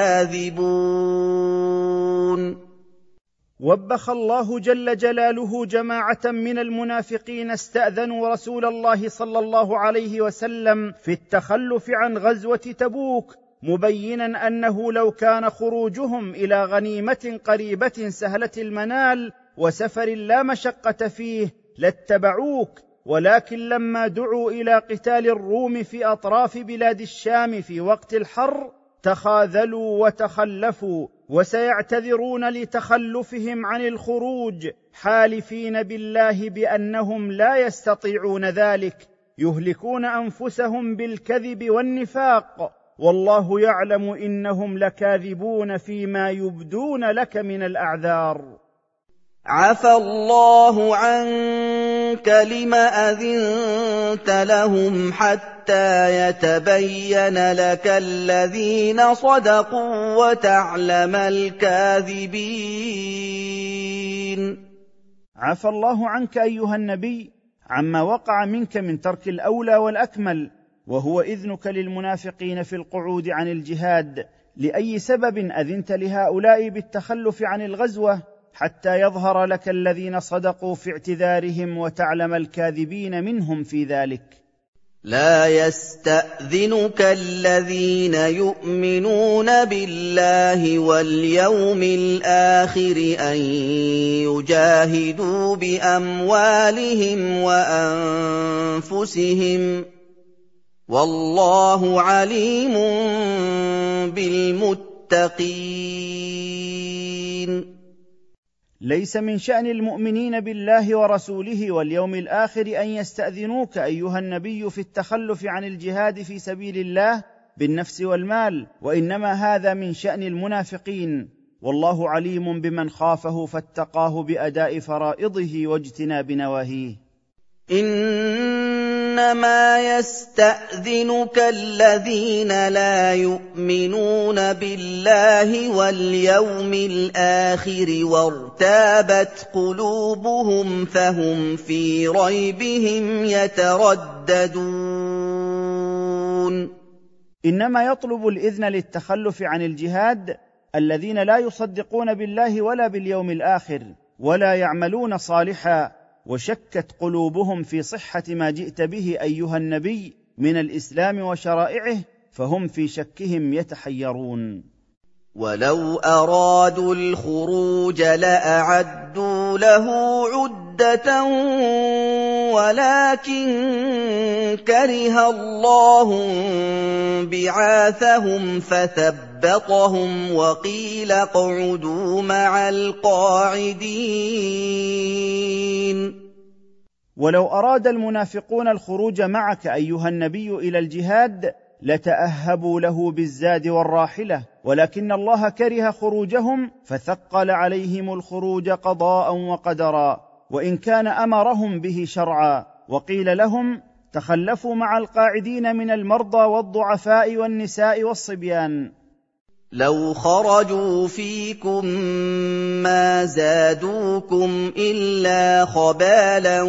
لكاذبون. وبخ الله جل جلاله جماعة من المنافقين استأذنوا رسول الله صلى الله عليه وسلم في التخلف عن غزوة تبوك، مبينا أنه لو كان خروجهم إلى غنيمة قريبة سهلة المنال وسفر لا مشقة فيه لاتبعوك، ولكن لما دعوا إلى قتال الروم في أطراف بلاد الشام في وقت الحر تخاذلوا وتخلفوا، وسيعتذرون لتخلفهم عن الخروج حالفين بالله بأنهم لا يستطيعون ذلك، يهلكون أنفسهم بالكذب والنفاق، والله يعلم إنهم لكاذبون فيما يبدون لك من الأعذار. عفى الله عنك لم أذنت لهم حتى يتبين لك الذين صدقوا وتعلم الكاذبين. عفى الله عنك أيها النبي عما وقع منك من ترك الأولى والأكمل، وهو إذنك للمنافقين في القعود عن الجهاد، لأي سبب أذنت لهؤلاء بالتخلف عن الغزوة حتى يظهر لك الذين صدقوا في اعتذارهم وتعلم الكاذبين منهم في ذلك. لا يستأذنك الذين يؤمنون بالله واليوم الآخر أن يجاهدوا بأموالهم وأنفسهم، والله عليم بالمتقين. ليس من شأن المؤمنين بالله ورسوله واليوم الآخر أن يستأذنوك أيها النبي في التخلف عن الجهاد في سبيل الله بالنفس والمال، وإنما هذا من شأن المنافقين، والله عليم بمن خافه فاتقاه بأداء فرائضه واجتناب نواهيه. إنما يستأذنك الذين لا يؤمنون بالله واليوم الآخر وارتابت قلوبهم فهم في ريبهم يترددون. إنما يطلب الإذن للتخلف عن الجهاد الذين لا يصدقون بالله ولا باليوم الآخر ولا يعملون صالحا، وشكت قلوبهم في صحة ما جئت به أيها النبي من الإسلام وشرائعه، فهم في شكهم يتحيرون. ولو أرادوا الخروج لأعدوا له عدة وَلَٰكِن كَرِهَ اللَّهُ انبِعَاثَهُمْ فَثَبَّطَهُمْ وَقِيلَ اقْعُدُوا مَعَ الْقَاعِدِينَ ولو أراد المنافقون الخروج معك أيها النبي إلى الجهاد لتأهبوا له بالزاد والراحلة، ولكن الله كره خروجهم فثقل عليهم الخروج قضاء وقدرا، وإن كان أمرهم به شرعا. وقيل لهم تخلفوا مع القاعدين من المرضى والضعفاء والنساء والصبيان. لو خرجوا فيكم ما زادوكم إلا خبالا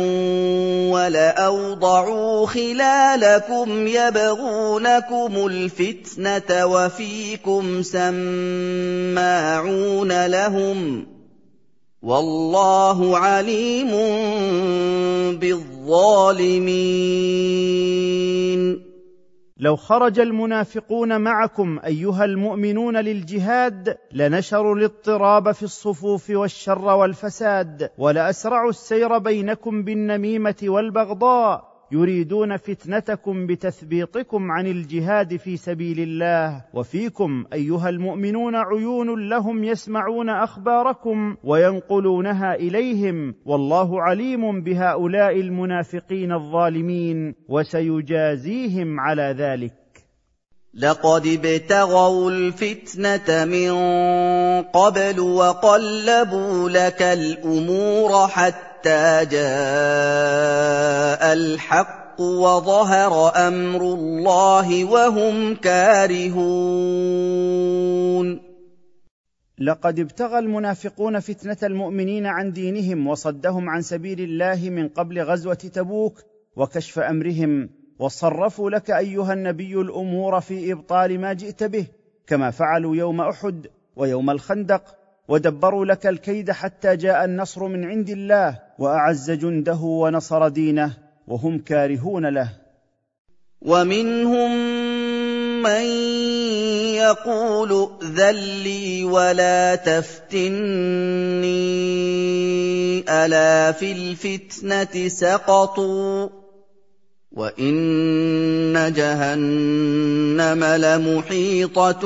ولأوضعوا خلالكم يبغونكم الفتنة وفيكم سماعون لهم والله عليم بالظالمين. لو خرج المنافقون معكم أيها المؤمنون للجهاد لنشروا الاضطراب في الصفوف والشر والفساد، ولأسرعوا السير بينكم بالنميمة والبغضاء، يريدون فتنتكم بتثبيطكم عن الجهاد في سبيل الله. وفيكم أيها المؤمنون عيون لهم يسمعون أخباركم وينقلونها إليهم، والله عليم بهؤلاء المنافقين الظالمين وسيجازيهم على ذلك. لقد ابتغوا الفتنة من قبل وقلبوا لك الأمور حتى جاء الحق وظهر أمر الله وهم كارهون. لقد ابتغى المنافقون فتنة المؤمنين عن دينهم وصدهم عن سبيل الله من قبل غزوة تبوك وكشف أمرهم، وصرفوا لك أيها النبي الأمور في إبطال ما جئت به، كما فعلوا يوم أحد ويوم الخندق، ودبروا لك الكيد حتى جاء النصر من عند الله وأعز جنده ونصر دينه وهم كارهون له. ومنهم من يقول ائذن لي ولا تفتني ألا في الفتنة سقطوا وإن جهنم لمحيطة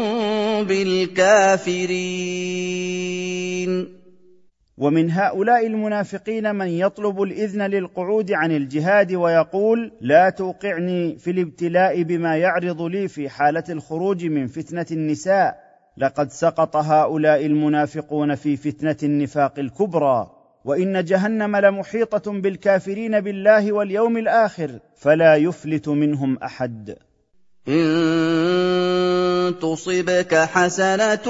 بالكافرين. ومن هؤلاء المنافقين من يطلب الإذن للقعود عن الجهاد ويقول لا توقعني في الابتلاء بما يعرض لي في حالة الخروج من فتنة النساء. لقد سقط هؤلاء المنافقون في فتنة النفاق الكبرى، وإن جهنم لمحيطة بالكافرين بالله واليوم الآخر فلا يفلت منهم أحد. إن تصبك حسنة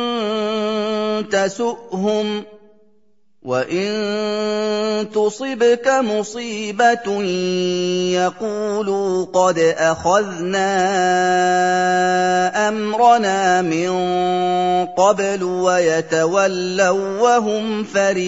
تسؤهم وإن تصبك مصيبة يقولوا قد أخذنا أمرنا من قبل ويتولوا وهم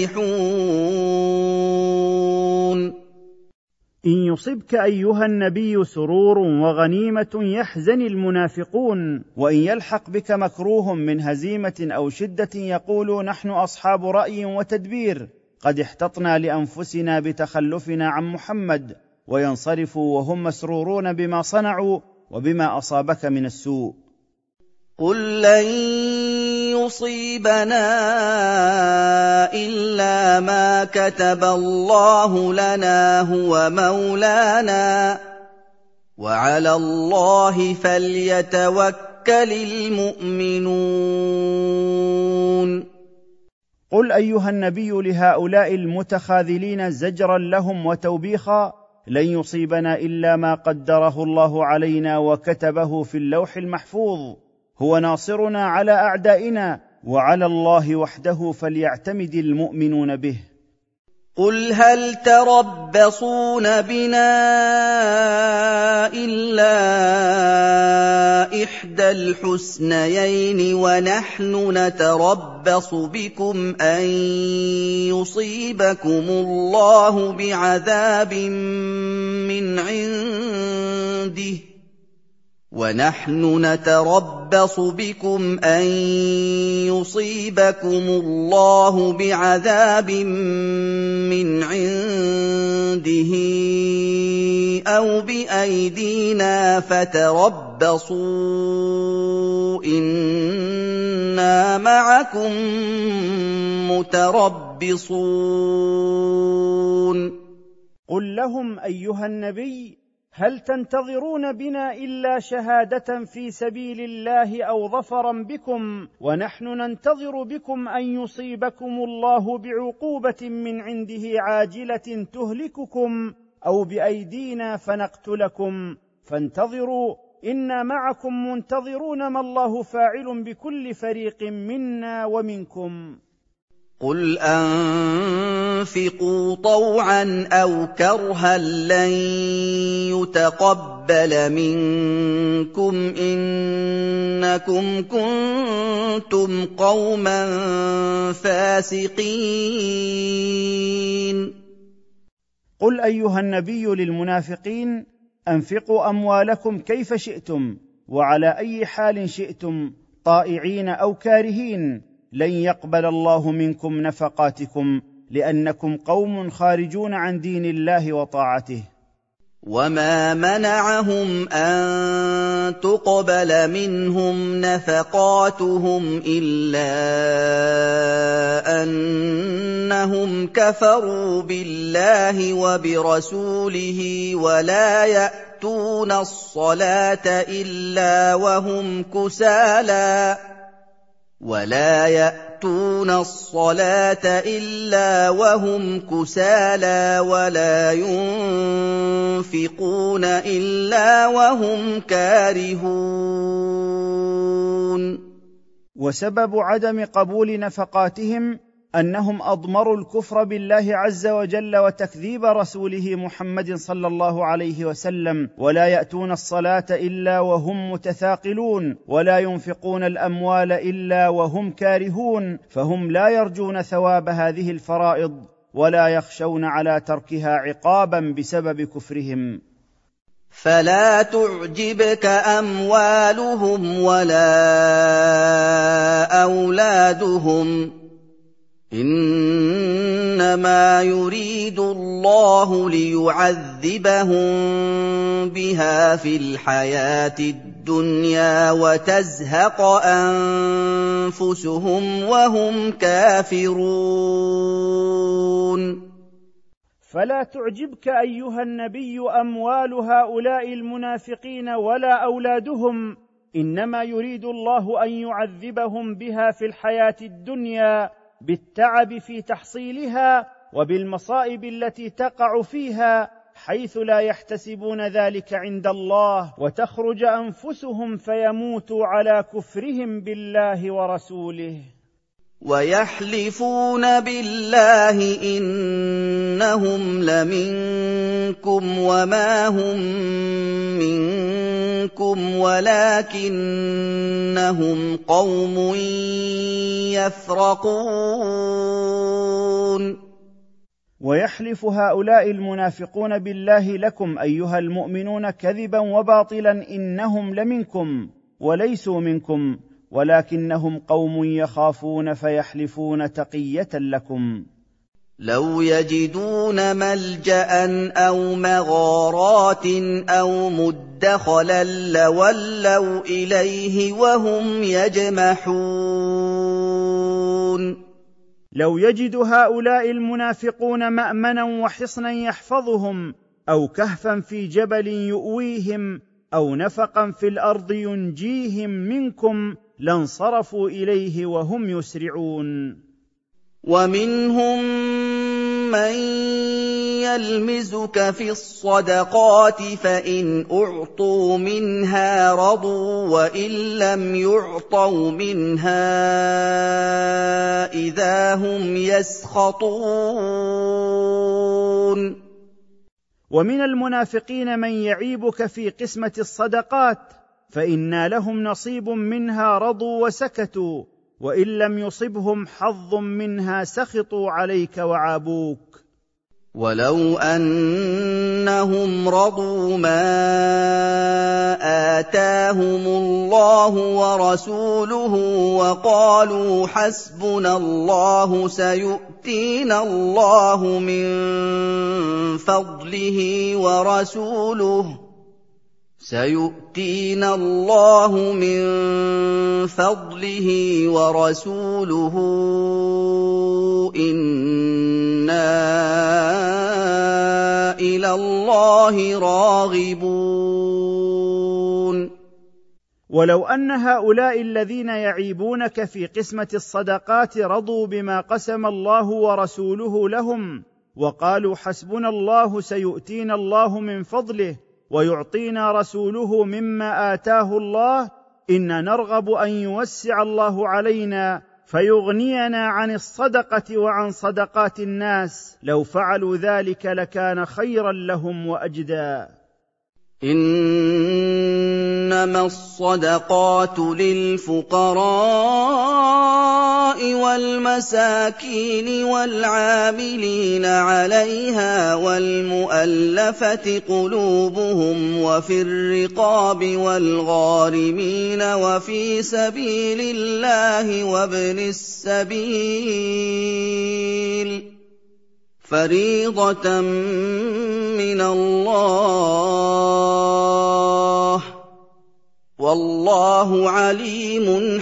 فرحون. إن يصبك أيها النبي سرور وغنيمة يحزن المنافقون، وإن يلحق بك مكروه من هزيمة أو شدة يقولوا نحن أصحاب رأي وتدبير قد احتطنا لأنفسنا بتخلفنا عن محمد، وينصرفوا وهم مسرورون بما صنعوا وبما أصابك من السوء. قل لن يصيبنا إلا ما كتب الله لنا هو مولانا وعلى الله فليتوكل المؤمنون. قل أيها النبي لهؤلاء المتخاذلين زجرا لهم وتوبيخا لن يصيبنا إلا ما قدره الله علينا وكتبه في اللوح المحفوظ، هو ناصرنا على أعدائنا وعلى الله وحده فليعتمد المؤمنون به. قل هل تربصون بنا إلا إحدى الحسنيين ونحن نتربص بكم أن يصيبكم الله بعذاب من عنده وَنَحْنُ نَتَرَبَّصُ بِكُمْ أَن يُصِيبَكُمُ اللَّهُ بِعَذَابٍ مِّنْ عِندِهِ أَوْ بِأَيْدِينَا فَتَرَبَّصُوا إِنَّا مَعَكُم مُّتَرَبِّصُونَ قل لهم أيها النبي: هل تنتظرون بنا إلا شهادة في سبيل الله أو ظفرا بكم، ونحن ننتظر بكم أن يصيبكم الله بعقوبة من عنده عاجلة تهلككم أو بأيدينا فنقتلكم، فانتظروا إنا معكم منتظرون ما الله فاعل بكل فريق منا ومنكم. قُلْ أَنفِقُوا طَوْعًا أَوْ كَرْهًا لَّن يُتَقَبَّلَ مِنكُمْ إِنَّكُمْ كُنتُمْ قَوْمًا فَاسِقِينَ قل أيها النبي للمنافقين: أنفقوا أموالكم كيف شئتم وعلى أي حال شئتم، طائعين أو كارهين، لن يقبل الله منكم نفقاتكم، لأنكم قوم خارجون عن دين الله وطاعته. وَمَا مَنَعَهُمْ أَن تُقْبَلَ مِنْهُمْ نَفَقَاتُهُمْ إِلَّا أَنَّهُمْ كَفَرُوا بِاللَّهِ وَبِرَسُولِهِ وَلَا يَأْتُونَ الصَّلَاةَ إِلَّا وَهُمْ كُسَالَىٰ وَلَا يُنفِقُونَ إِلَّا وَهُمْ كَارِهُونَ وسبب عدم قبول نفقاتهم أنهم أضمروا الكفر بالله عز وجل وتكذيب رسوله محمد صلى الله عليه وسلم، ولا يأتون الصلاة إلا وهم متثاقلون، ولا ينفقون الأموال إلا وهم كارهون، فهم لا يرجون ثواب هذه الفرائض ولا يخشون على تركها عقابا بسبب كفرهم. فَلَا تُعْجِبْكَ أَمْوَالُهُمْ وَلَا أَوْلَادُهُمْ ۚ إِنَّمَا يُرِيدُ اللَّهُ لِيُعَذِّبَهُم بِهَا فِي الْحَيَاةِ الدُّنْيَا وَتَزْهَقَ أَنفُسُهُمْ وَهُمْ كَافِرُونَ فلا تعجبك أيها النبي أموال هؤلاء المنافقين ولا أولادهم، إنما يريد الله أن يعذبهم بها في الحياة الدنيا بالتعب في تحصيلها وبالمصائب التي تقع فيها، حيث لا يحتسبون ذلك عند الله، وتخرج أنفسهم فيموتوا على كفرهم بالله ورسوله. وَيَحْلِفُونَ بِاللَّهِ إِنَّهُمْ لَمِنكُمْ وَمَا هُم مِّنكُمْ وَلَٰكِنَّهُمْ قَوْمٌ يَفْرَقُونَ ويحلف هؤلاء المنافقون بالله لكم أيها المؤمنون كذبا وباطلا إنهم لمنكم وليسوا منكم، ولكنهم قوم يخافون فيحلفون تقية لكم. لو يجدون ملجأ أو مغارات أو مدخلا لولوا إليه وهم يجمحون. لو يجد هؤلاء المنافقون مأمنا وحصنا يحفظهم، أو كهفا في جبل يؤويهم، أو نفقا في الأرض ينجيهم منكم، لانصرفوا إليه وهم يسرعون. ومنهم من يلمزك في الصدقات فإن أعطوا منها رضوا وإن لم يعطوا منها إذا هم يسخطون. ومن المنافقين من يعيبك في قسمة الصدقات، فإن لهم نصيب منها رضوا وسكتوا، وإن لم يصبهم حظ منها سخطوا عليك وعابوك. وَلَوْ أَنَّهُمْ رَضُوا مَا آتَاهُمُ اللَّهُ وَرَسُولُهُ وَقَالُوا حَسْبُنَا اللَّهُ سَيُؤْتِينَا اللَّهُ مِن فَضْلِهِ وَرَسُولُهُ إِنَّا إِلَى اللَّهِ رَاغِبُونَ ولو أن هؤلاء الذين يعيبونك في قسمة الصدقات رضوا بما قسم الله ورسوله لهم وقالوا حسبنا الله سيؤتينا الله من فضله ويعطينا رسوله مما آتاه الله، إن نرغب أن يوسع الله علينا فيغنينا عن الصدقة وعن صدقات الناس، لو فعلوا ذلك لكان خيرا لهم وأجدى. إنما الصدقات للفقراء والمساكين والعاملين عليها والمؤلفة قلوبهم وفي الرقاب والغارمين وفي سبيل الله وابن السبيل فريضة من الله والله عليم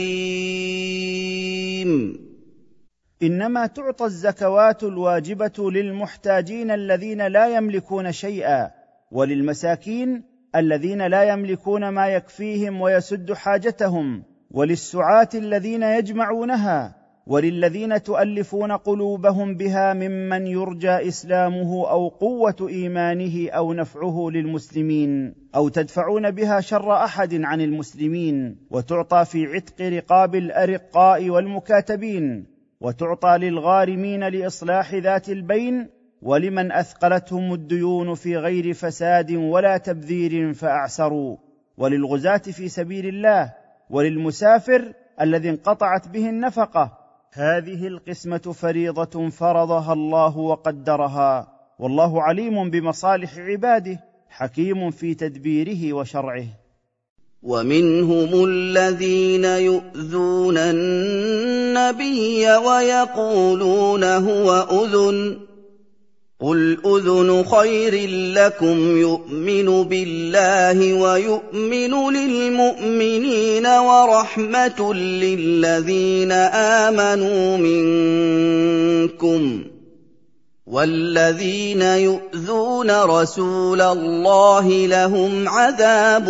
حكيم. إنما تعطى الزكوات الواجبة للمحتاجين الذين لا يملكون شيئا، وللمساكين الذين لا يملكون ما يكفيهم ويسد حاجتهم، وللسعاة الذين يجمعونها، وللذين تؤلفون قلوبهم بها ممن يرجى إسلامه أو قوة إيمانه أو نفعه للمسلمين، أو تدفعون بها شر أحد عن المسلمين، وتعطى في عتق رقاب الأرقاء والمكاتبين، وتعطى للغارمين لإصلاح ذات البين، ولمن أثقلتهم الديون في غير فساد ولا تبذير فأعسروا، وللغزاة في سبيل الله، وللمسافر الذي انقطعت به النفقة. هذه القسمة فريضة فرضها الله وقدرها، والله عليم بمصالح عباده حكيم في تدبيره وشرعه. ومنهم الذين يؤذون النبي ويقولون هو أذن، قل أذن خير لكم يؤمن بالله ويؤمن للمؤمنين ورحمة للذين آمنوا منكم، والذين يؤذون رسول الله لهم عذاب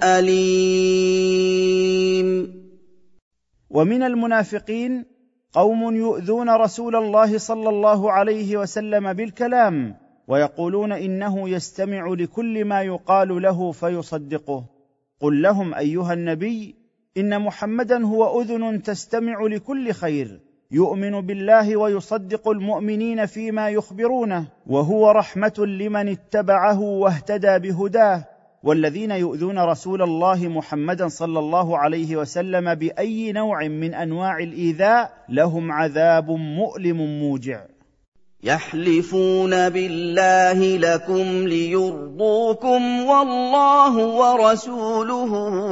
أليم. ومن المنافقين قوم يؤذون رسول الله صلى الله عليه وسلم بالكلام، ويقولون إنه يستمع لكل ما يقال له فيصدقه. قل لهم أيها النبي إن محمدا هو أذن تستمع لكل خير، يؤمن بالله ويصدق المؤمنين فيما يخبرونه، وهو رحمة لمن اتبعه واهتدى بهداه. والذين يؤذون رسول الله محمدا صلى الله عليه وسلم بأي نوع من أنواع الإيذاء لهم عذاب مؤلم موجع. يحلفون بالله لكم ليرضوكم والله ورسوله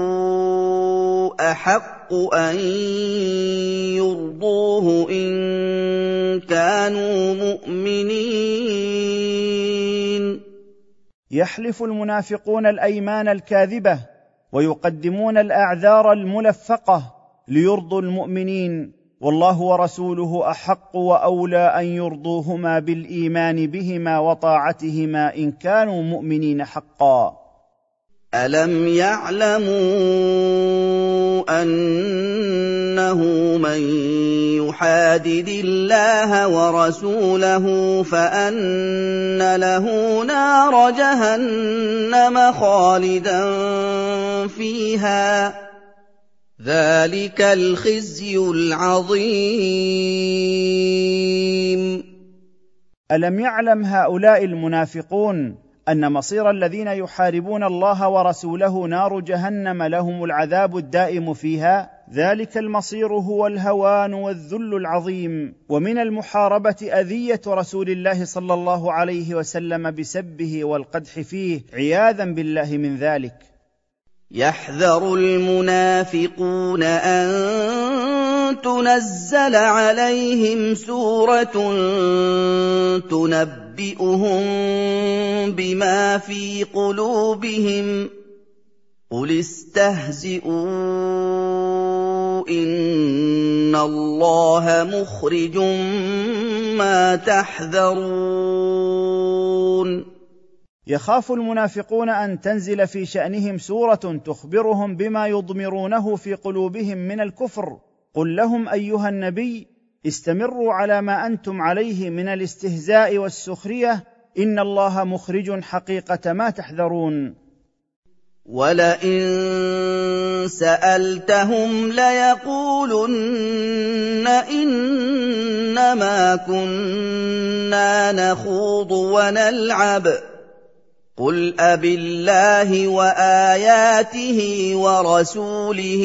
أحق أن يرضوه إن كانوا مؤمنين. يحلف المنافقون الأيمان الكاذبة ويقدمون الأعذار الملفقة ليرضوا المؤمنين، والله ورسوله أحق وأولى أن يرضوهما بالإيمان بهما وطاعتهما إن كانوا مؤمنين حقا. ألم يعلموا أنه من يحادد الله ورسوله فأن له نار جهنم خالدا فيها، ذلك الخزي العظيم. ألم يعلم هؤلاء المنافقون ان مصير الذين يحاربون الله ورسوله نار جهنم لهم العذاب الدائم فيها، ذلك المصير هو الهوان والذل العظيم. ومن المحاربه اذيه رسول الله صلى الله عليه وسلم بسبه والقدح فيه عياذا بالله من ذلك. يحذر المنافقون أن تنزل عليهم سورة تنبئهم بما في قلوبهم قل استهزئوا إن الله مخرج ما تحذرون. يخاف المنافقون ان تنزل في شانهم سوره تخبرهم بما يضمرونه في قلوبهم من الكفر. قل لهم ايها النبي استمروا على ما انتم عليه من الاستهزاء والسخريه، ان الله مخرج حقيقه ما تحذرون. ولئن سألتهم ليقولن إنما كنا نخوض ونلعب قل أبالله وآياته ورسوله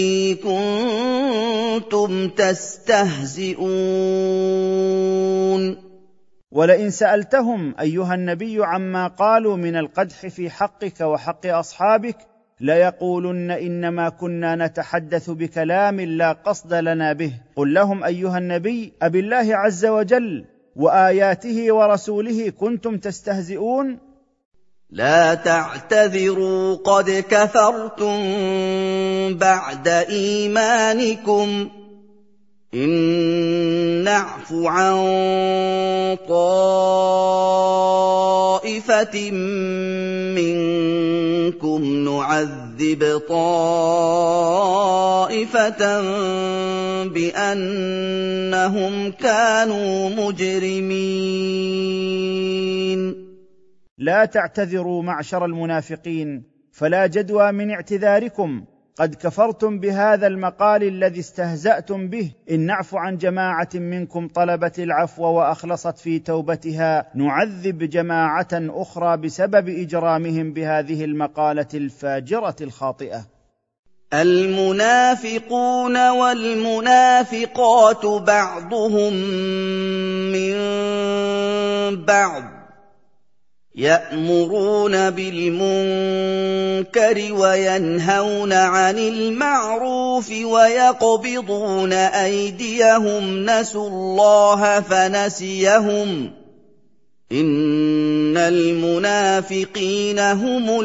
كنتم تستهزئون. ولئن سألتهم أيها النبي عما قالوا من القدح في حقك وحق أصحابك ليقولن إنما كنا نتحدث بكلام لا قصد لنا به. قل لهم أيها النبي أبالله عز وجل وآياته ورسوله كنتم تستهزئون؟ لا تعتذروا قد كفرتم بعد إيمانكم إن نعف عن طائفة منكم نعذب طائفة بأنهم كانوا مجرمين. لا تعتذروا معشر المنافقين، فلا جدوى من اعتذاركم، قد كفرتم بهذا المقال الذي استهزأتم به. إن نعف عن جماعة منكم طلبت العفو وأخلصت في توبتها نعذب جماعة أخرى بسبب إجرامهم بهذه المقالة الفاجرة الخاطئة. المنافقون والمنافقات بعضهم من بعض يأمرون بالمنكر وينهون عن المعروف ويقبضون أيديهم نسوا الله فنسيهم إن المنافقين هم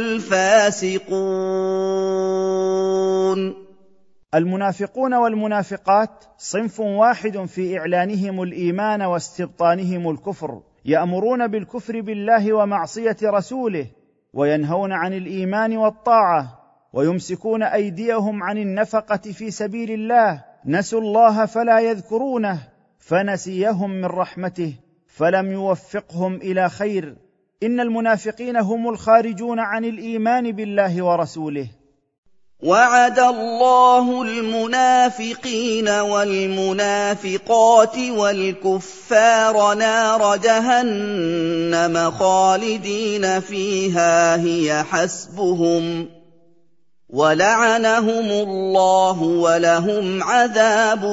الفاسقون. المنافقون والمنافقات صنف واحد في إعلانهم الإيمان واستبطانهم الكفر، يأمرون بالكفر بالله ومعصية رسوله، وينهون عن الإيمان والطاعة، ويمسكون أيديهم عن النفقة في سبيل الله، نسوا الله فلا يذكرونه فنسيهم من رحمته فلم يوفقهم إلى خير. إن المنافقين هم الخارجون عن الإيمان بالله ورسوله. وعد الله المنافقين والمنافقات والكفار نار جهنم خالدين فيها هي حسبهم ولعنهم الله ولهم عذاب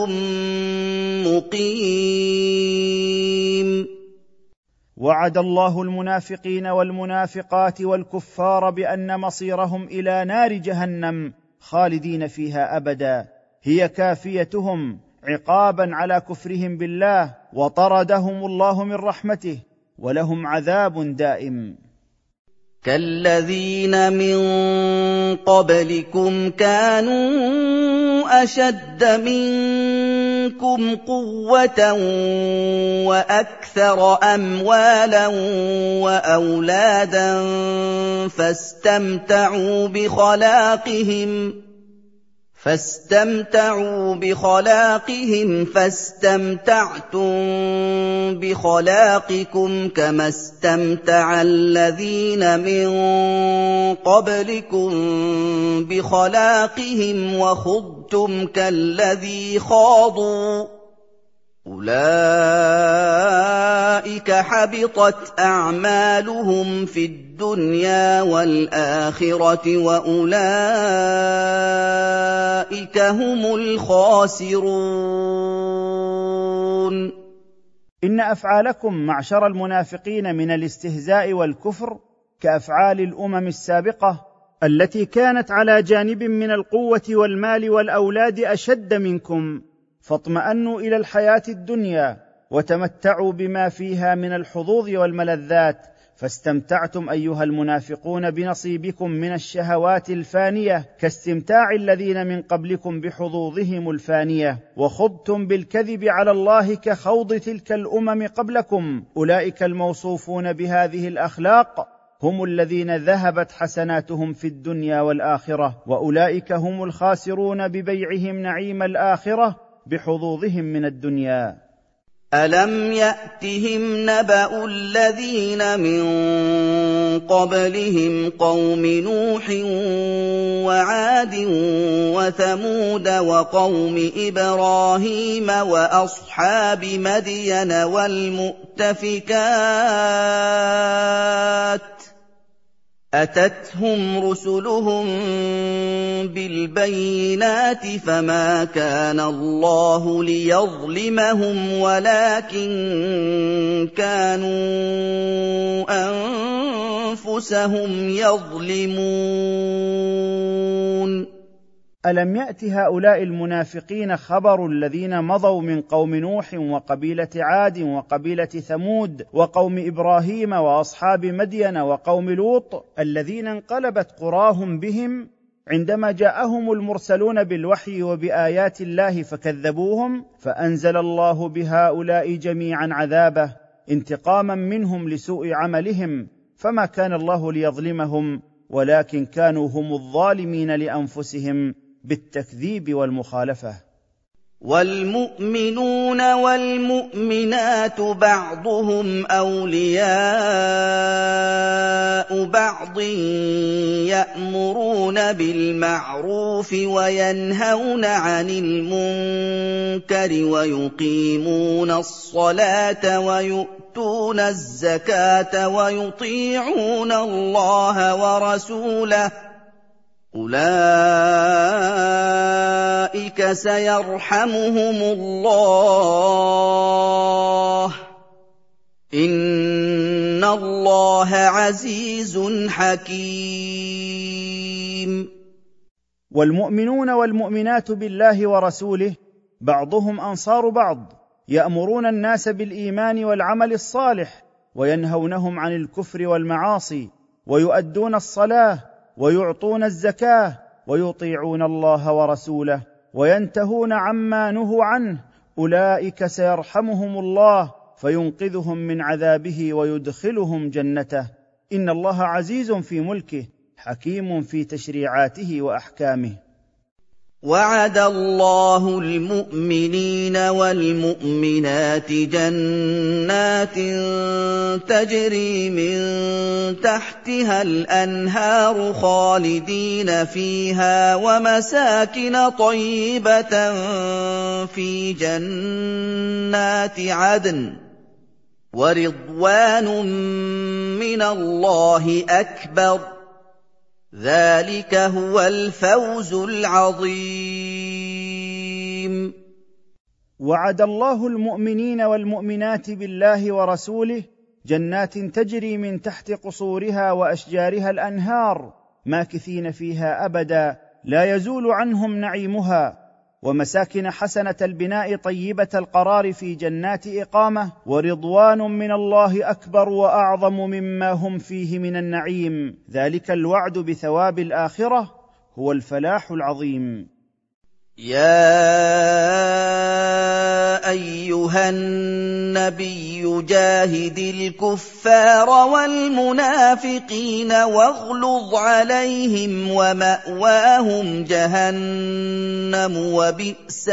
مقيم. وعد الله المنافقين والمنافقات والكفار بأن مصيرهم إلى نار جهنم خالدين فيها أبدا، هي كافيتهم عقابا على كفرهم بالله، وطردهم الله من رحمته ولهم عذاب دائم. كالذين من قبلكم كانوا أشد منكم قوة وأكثر أموالا وأولادا فاستمتعوا بخلاقهم فاستمتعتم بخلاقكم كما استمتع الذين من قبلكم بخلاقهم وخضتم كالذي خاضوا أُولَٰئِكَ حَبِطَتْ أَعْمَالُهُمْ فِي الدُّنْيَا وَالْآخِرَةِ وَأُولَٰئِكَ هُمُ الْخَاسِرُونَ. إن أفعالكم معشر المنافقين من الاستهزاء والكفر كأفعال الأمم السابقة التي كانت على جانب من القوة والمال والأولاد أشد منكم، فاطمأنوا إلى الحياة الدنيا وتمتعوا بما فيها من الحظوظ والملذات، فاستمتعتم أيها المنافقون بنصيبكم من الشهوات الفانية كاستمتاع الذين من قبلكم بحظوظهم الفانية، وخضتم بالكذب على الله كخوض تلك الأمم قبلكم. أولئك الموصوفون بهذه الأخلاق هم الذين ذهبت حسناتهم في الدنيا والآخرة، وأولئك هم الخاسرون ببيعهم نعيم الآخرة بحظوظهم من الدنيا. أَلَمْ يَأْتِهِمْ نَبَأُ الَّذِينَ مِن قَبْلِهِمْ قَوْمِ نُوحٍ وَعَادٍ وَثَمُودَ وَقَوْمِ إِبْرَاهِيمَ وَأَصْحَابِ مَدْيَنَ وَالْمُؤْتَفِكَاتِ ۚ أَتَتْهُمْ رُسُلُهُم بِالْبَيِّنَاتِ فَمَا كَانَ اللَّهُ لِيَظْلِمَهُمْ وَلَٰكِن كَانُوا أَنفُسَهُمْ يَظْلِمُونَ. ألم يأت هؤلاء المنافقين خبر الذين مضوا من قوم نوح وقبيلة عاد وقبيلة ثمود وقوم إبراهيم وأصحاب مدين وقوم لوط الذين انقلبت قراهم بهم عندما جاءهم المرسلون بالوحي وبآيات الله فكذبوهم، فأنزل الله بهؤلاء جميعا عذابه انتقاما منهم لسوء عملهم، فما كان الله ليظلمهم ولكن كانوا هم الظالمين لأنفسهم بالتكذيب والمخالفة. وَالْمُؤْمِنُونَ وَالْمُؤْمِنَاتُ بَعْضُهُمْ أَوْلِيَاءُ بَعْضٍ يَأْمُرُونَ بِالْمَعْرُوفِ وَيَنْهَوْنَ عَنِ الْمُنكَرِ وَيُقِيمُونَ الصَّلَاةَ وَيُؤْتُونَ الزَّكَاةَ وَيُطِيعُونَ اللَّهَ وَرَسُولَهُ، أُولَٰئِكَ سَيَرْحَمُهُمُ اللَّهُ ۗ إِنَّ اللَّهَ عَزِيزٌ حَكِيمٌ. والمؤمنون والمؤمنات بالله ورسوله بعضهم أنصار بعض، يأمرون الناس بالإيمان والعمل الصالح وينهونهم عن الكفر والمعاصي، ويؤدون الصلاة ويعطون الزكاة ويطيعون الله ورسوله وينتهون عما نهوا عنه. أولئك سيرحمهم الله فينقذهم من عذابه ويدخلهم جنته، إن الله عزيز في ملكه حكيم في تشريعاته وأحكامه. وعد الله المؤمنين والمؤمنات جنات تجري من تحتها الأنهار خالدين فيها ومساكن طيبة في جنات عدن ورضوان من الله أكبر، ذلك هو الفوز العظيم. وعد الله المؤمنين والمؤمنات بالله ورسوله جنات تجري من تحت قصورها وأشجارها الأنهار ماكثين فيها أبدا لا يزول عنهم نعيمها، ومساكن حسنة البناء طيبة القرار في جنات إقامة، ورضوان من الله أكبر وأعظم مما هم فيه من النعيم، ذلك الوعد بثواب الآخرة هو الفلاح العظيم. يا أيها النبي جاهد الكفار والمنافقين واغلظ عليهم ومأواهم جهنم وبئس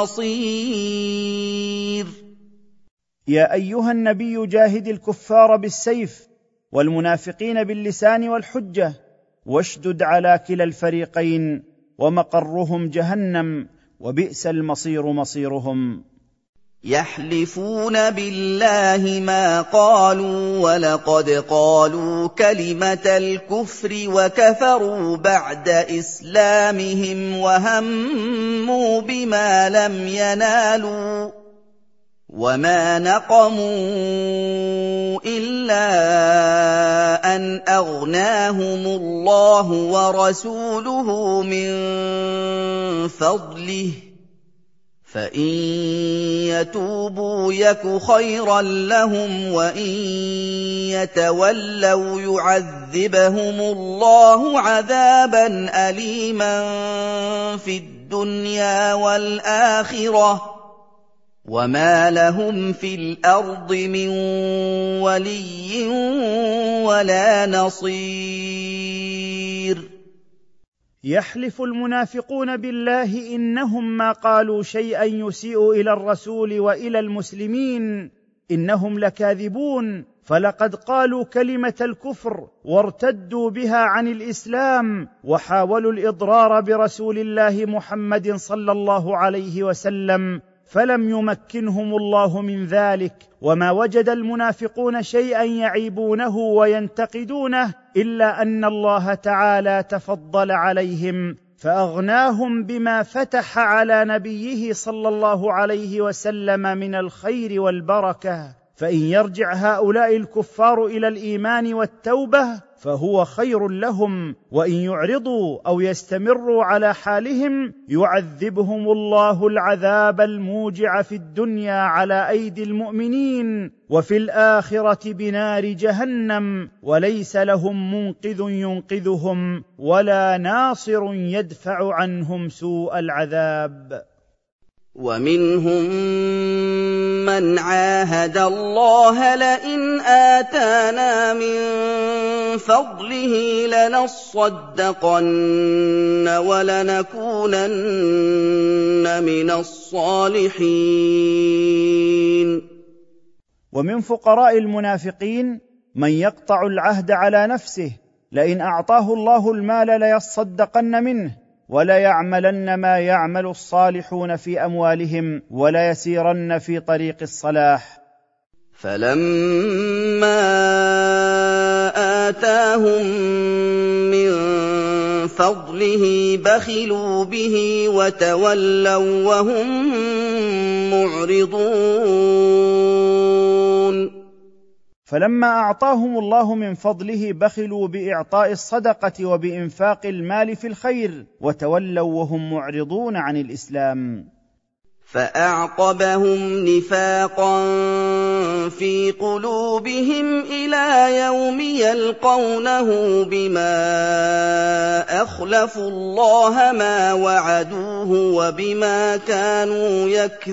المصير. يا أيها النبي جاهد الكفار بالسيف والمنافقين باللسان والحجة واشدد على كلا الفريقين، ومقرهم جهنم وبئس المصير مصيرهم. يحلفون بالله ما قالوا ولقد قالوا كلمة الكفر وكفروا بعد إسلامهم وهموا بما لم ينالوا وما نقموا إلا أن أغناهم الله ورسوله من فضله فإن يتوبوا يك خيرا لهم وإن يتولوا يعذبهم الله عذابا أليما في الدنيا والآخرة وما لهم في الأرض من ولي ولا نصير. يحلف المنافقون بالله إنهم ما قالوا شيئا يسيء إلى الرسول وإلى المسلمين، إنهم لكاذبون، فلقد قالوا كلمة الكفر وارتدوا بها عن الإسلام وحاولوا الإضرار برسول الله محمد صلى الله عليه وسلم، فلم يمكنهم الله من ذلك، وما وجد المنافقون شيئا يعيبونه وينتقدونه إلا أن الله تعالى تفضل عليهم فأغناهم بما فتح على نبيه صلى الله عليه وسلم من الخير والبركة. فإن يرجع هؤلاء الكفار إلى الإيمان والتوبة فهو خير لهم، وإن يعرضوا أو يستمروا على حالهم يعذبهم الله العذاب الموجع في الدنيا على أيدي المؤمنين، وفي الآخرة بنار جهنم، وليس لهم منقذ ينقذهم ولا ناصر يدفع عنهم سوء العذاب. ومنهم من عاهد الله لئن آتانا من فضله لنصدقن ولنكونن من الصالحين. ومن فقراء المنافقين من يقطع العهد على نفسه لئن أعطاه الله المال ليصدقن منه ولا يعملن ما يعمل الصالحون في أموالهم ولا يسيرن في طريق الصلاح. فلما آتاهم من فضله بخلوا به وتولوا وهم معرضون. فلما أعطاهم الله من فضله بخلوا بإعطاء الصدقة وبإنفاق المال في الخير وتولوا وهم معرضون عن الإسلام. فأعقبهم نفاقا في قلوبهم إلى يوم يلقونه بما أخلفوا الله ما وعدوه وبما كانوا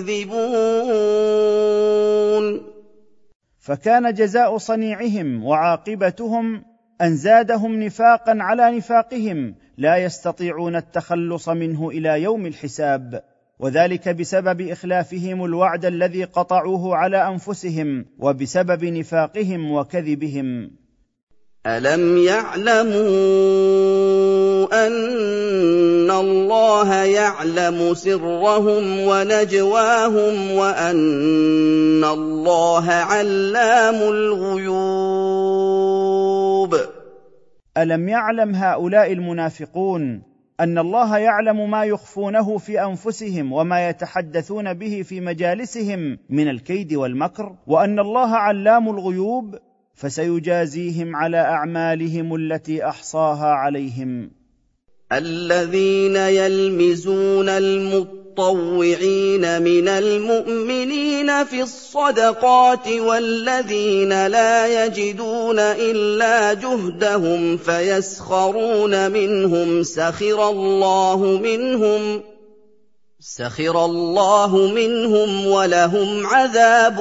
يكذبون. فكان جزاء صنيعهم وعاقبتهم أن زادهم نفاقا على نفاقهم لا يستطيعون التخلص منه إلى يوم الحساب، وذلك بسبب إخلافهم الوعد الذي قطعوه على أنفسهم وبسبب نفاقهم وكذبهم. ألم يعلموا أن الله يعلم سرهم ونجواهم وأن الله علام الغيوب؟ ألم يعلم هؤلاء المنافقون أن الله يعلم ما يخفونه في أنفسهم وما يتحدثون به في مجالسهم من الكيد والمكر، وأن الله علام الغيوب فسيجازيهم على أعمالهم التي أحصاها عليهم. الذين يلمزون المطوعين من المؤمنين في الصدقات والذين لا يجدون إلا جهدهم فيسخرون منهم سخر الله منهم ولهم عذاب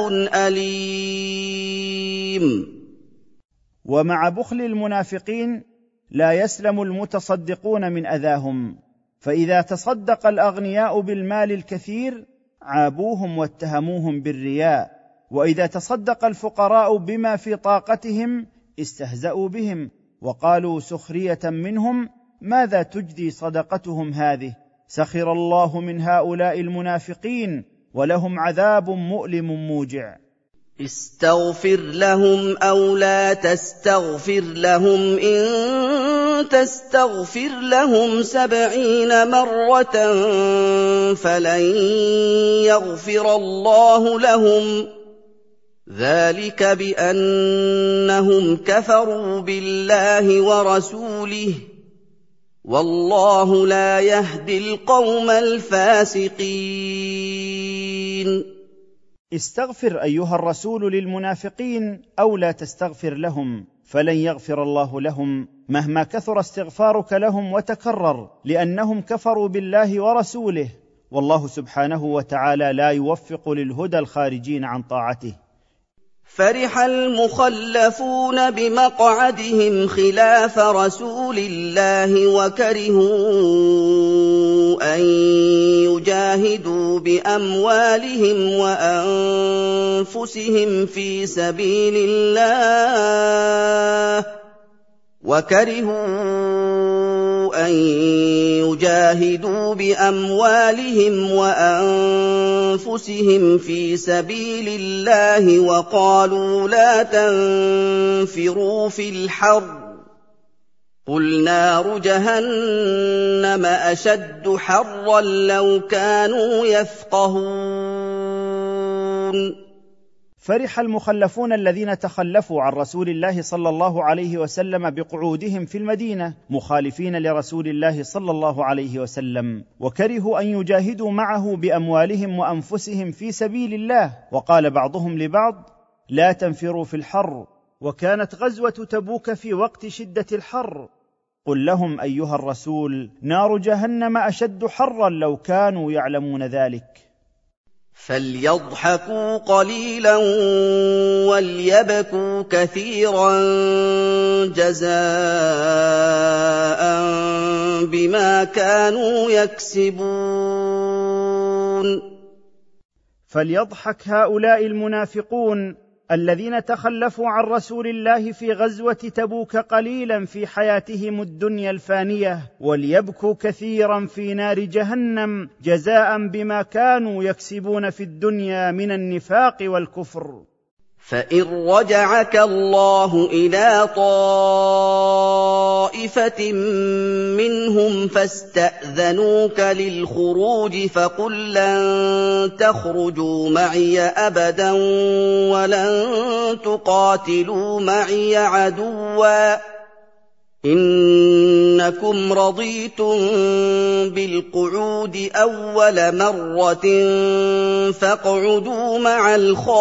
أليم. ومع بخل المنافقين لا يسلم المتصدقون من أذاهم، فإذا تصدق الأغنياء بالمال الكثير عابوهم واتهموهم بالرياء، وإذا تصدق الفقراء بما في طاقتهم استهزأوا بهم وقالوا سخرية منهم ماذا تجدي صدقتهم هذه؟ سخر الله من هؤلاء المنافقين ولهم عذاب مؤلم موجع. استغفر لهم أو لا تستغفر لهم إن تستغفر لهم 70 مرة فلن يغفر الله لهم ذلك بأنهم كفروا بالله ورسوله والله لا يهدي القوم الفاسقين. استغفر أيها الرسول للمنافقين أو لا تستغفر لهم فلن يغفر الله لهم مهما كثر استغفارك لهم وتكرر، لأنهم كفروا بالله ورسوله، والله سبحانه وتعالى لا يوفق للهدى الخارجين عن طاعته. فرح المخلفون بمقعدهم خلاف رسول الله وكرهوا أن يجاهدوا بأموالهم وأنفسهم في سبيل الله وقالوا لا تنفروا في الحر قل نار جهنم أشد حرا لو كانوا يفقهون. فرح المخلفون الذين تخلفوا عن رسول الله صلى الله عليه وسلم بقعودهم في المدينة مخالفين لرسول الله صلى الله عليه وسلم، وكرهوا أن يجاهدوا معه بأموالهم وأنفسهم في سبيل الله، وقال بعضهم لبعض لا تنفروا في الحر، وكانت غزوة تبوك في وقت شدة الحر. قل لهم أيها الرسول نار جهنم أشد حرا لو كانوا يعلمون ذلك. فليضحكوا قليلا وليبكوا كثيرا جزاء بما كانوا يكسبون. فليضحك هؤلاء المنافقون الذين تخلفوا عن رسول الله في غزوة تبوك قليلا في حياتهم الدنيا الفانية، وليبكوا كثيرا في نار جهنم جزاء بما كانوا يكسبون في الدنيا من النفاق والكفر. فإن رجعك الله إلى طائفة منهم فاستأذنوك للخروج فقل لن تخرجوا معي أبدا ولن تقاتلوا معي عدوا إنكم رضيتم بالقعود أول مرة فاقعدوا مع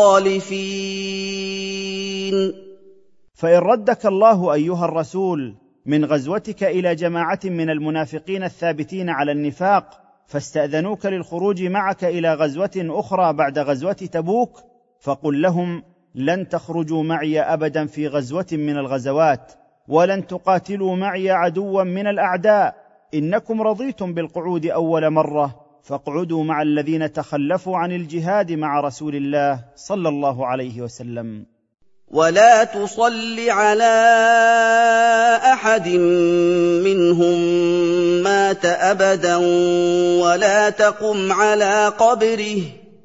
الخالفين. فإن ردك الله أيها الرسول من غزوتك إلى جماعة من المنافقين الثابتين على النفاق فاستأذنوك للخروج معك إلى غزوة أخرى بعد غزوة تبوك، فقل لهم لن تخرجوا معي أبدا في غزوة من الغزوات ولن تقاتلوا معي عدوا من الأعداء، إنكم رضيتم بالقعود أول مرة فاقعدوا مع الذين تخلفوا عن الجهاد مع رسول الله صلى الله عليه وسلم. ولا تصل على أحد منهم مات أبدا ولا تقم على قبره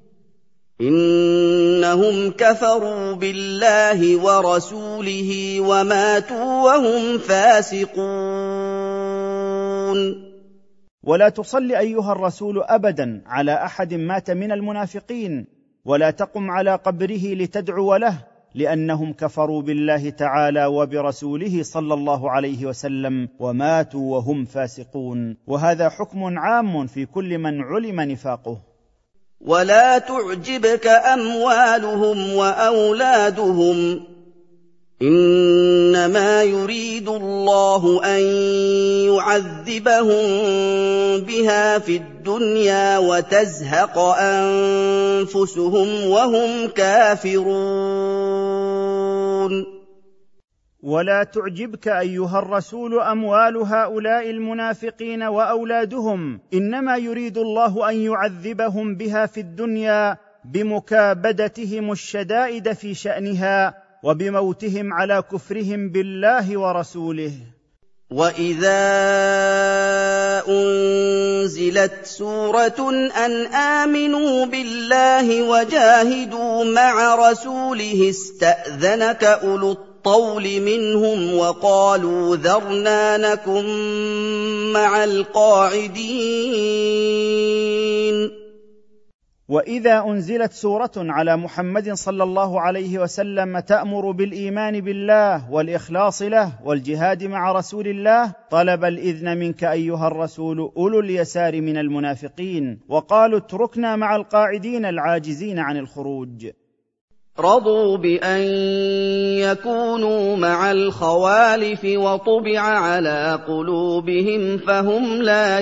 إنهم كفروا بالله ورسوله وماتوا وهم فاسقون. ولا تصل أيها الرسول أبدا على أحد مات من المنافقين ولا تقم على قبره لتدعو له، لأنهم كفروا بالله تعالى وبرسوله صلى الله عليه وسلم وماتوا وهم فاسقون، وهذا حكم عام في كل من علم نفاقه. ولا تعجبك أموالهم وأولادهم إنما يريد الله أن يعذبهم بها في الدنيا وتزهق أنفسهم وهم كافرون. ولا تعجبك أيها الرسول أموال هؤلاء المنافقين وأولادهم، إنما يريد الله أن يعذبهم بها في الدنيا بمكابدتهم الشدائد في شأنها وبموتهم على كفرهم بالله ورسوله. وَإِذَا أُنزِلَتْ سُورَةٌ أَنْ آمِنُوا بِاللَّهِ وَجَاهِدُوا مَعَ رَسُولِهِ اسْتَأْذَنَكَ أُولُو الطَّوْلِ مِنْهُمْ وَقَالُوا ذَرْنَا نَكُن مَّعَ الْقَاعِدِينَ واذا انزلت سوره على محمد صلى الله عليه وسلم تامر بالايمان بالله والاخلاص له والجهاد مع رسول الله، طلب الاذن منك ايها الرسول اولو اليسار من المنافقين، وقالوا اتركنا مع القاعدين العاجزين عن الخروج. رضوا بأن يكونوا مع الخوالف وطبع على قلوبهم فهم لا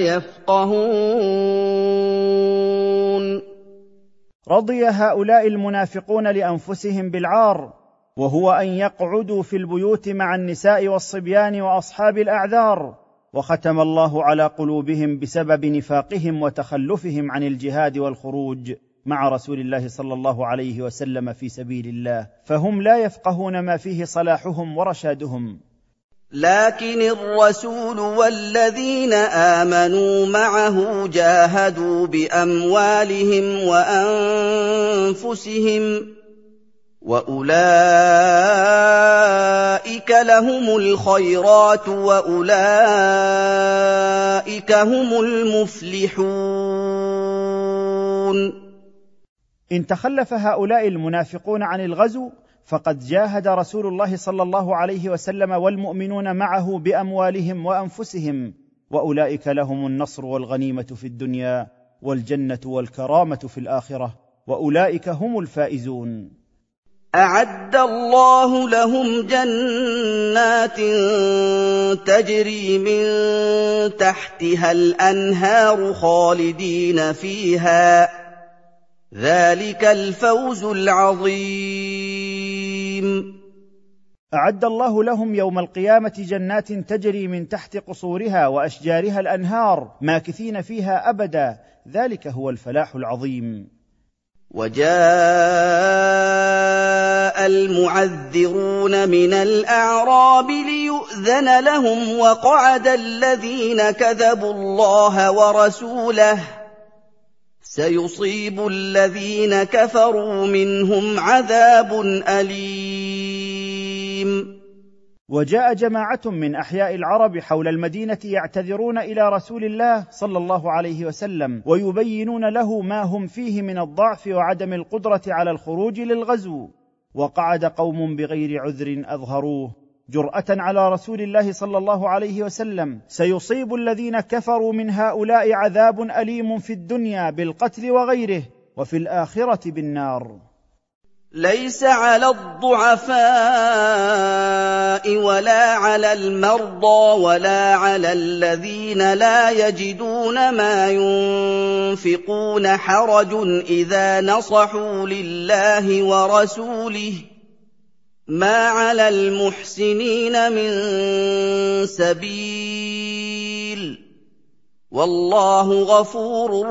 يفقهون. رضي هؤلاء المنافقون لانفسهم بالعار، وهو ان يقعدوا في البيوت مع النساء والصبيان واصحاب الاعذار، وختم الله على قلوبهم بسبب نفاقهم وتخلفهم عن الجهاد والخروج مع رسول الله صلى الله عليه وسلم في سبيل الله، فهم لا يفقهون ما فيه صلاحهم ورشادهم. لكن الرسول والذين آمنوا معه جاهدوا بأموالهم وأنفسهم، وأولئك لهم الخيرات وأولئك هم المفلحون. إن تخلف هؤلاء المنافقون عن الغزو فقد جاهد رسول الله صلى الله عليه وسلم والمؤمنون معه باموالهم وانفسهم، واولئك لهم النصر والغنيمه في الدنيا والجنه والكرامه في الاخره، واولئك هم الفائزون. أعد الله لهم جنات تجري من تحتها الأنهار خالدين فيها، ذلك الفوز العظيم. أعد الله لهم يوم القيامة جنات تجري من تحت قصورها وأشجارها الأنهار ماكثين فيها أبدا، ذلك هو الفلاح العظيم. وجاء المعذرون من الأعراب ليؤذن لهم وقعد الذين كذبوا الله ورسوله، سيصيب الذين كفروا منهم عذاب أليم. وجاء جماعة من أحياء العرب حول المدينة يعتذرون إلى رسول الله صلى الله عليه وسلم ويبينون له ما هم فيه من الضعف وعدم القدرة على الخروج للغزو، وقعد قوم بغير عذر أظهروه جرأة على رسول الله صلى الله عليه وسلم، سيصيب الذين كفروا من هؤلاء عذاب أليم في الدنيا بالقتل وغيره، وفي الآخرة بالنار. ليس على الضعفاء ولا على المرضى ولا على الذين لا يجدون ما ينفقون حرج إذا نصحوا لله ورسوله، ما على المحسنين من سبيل، والله غفور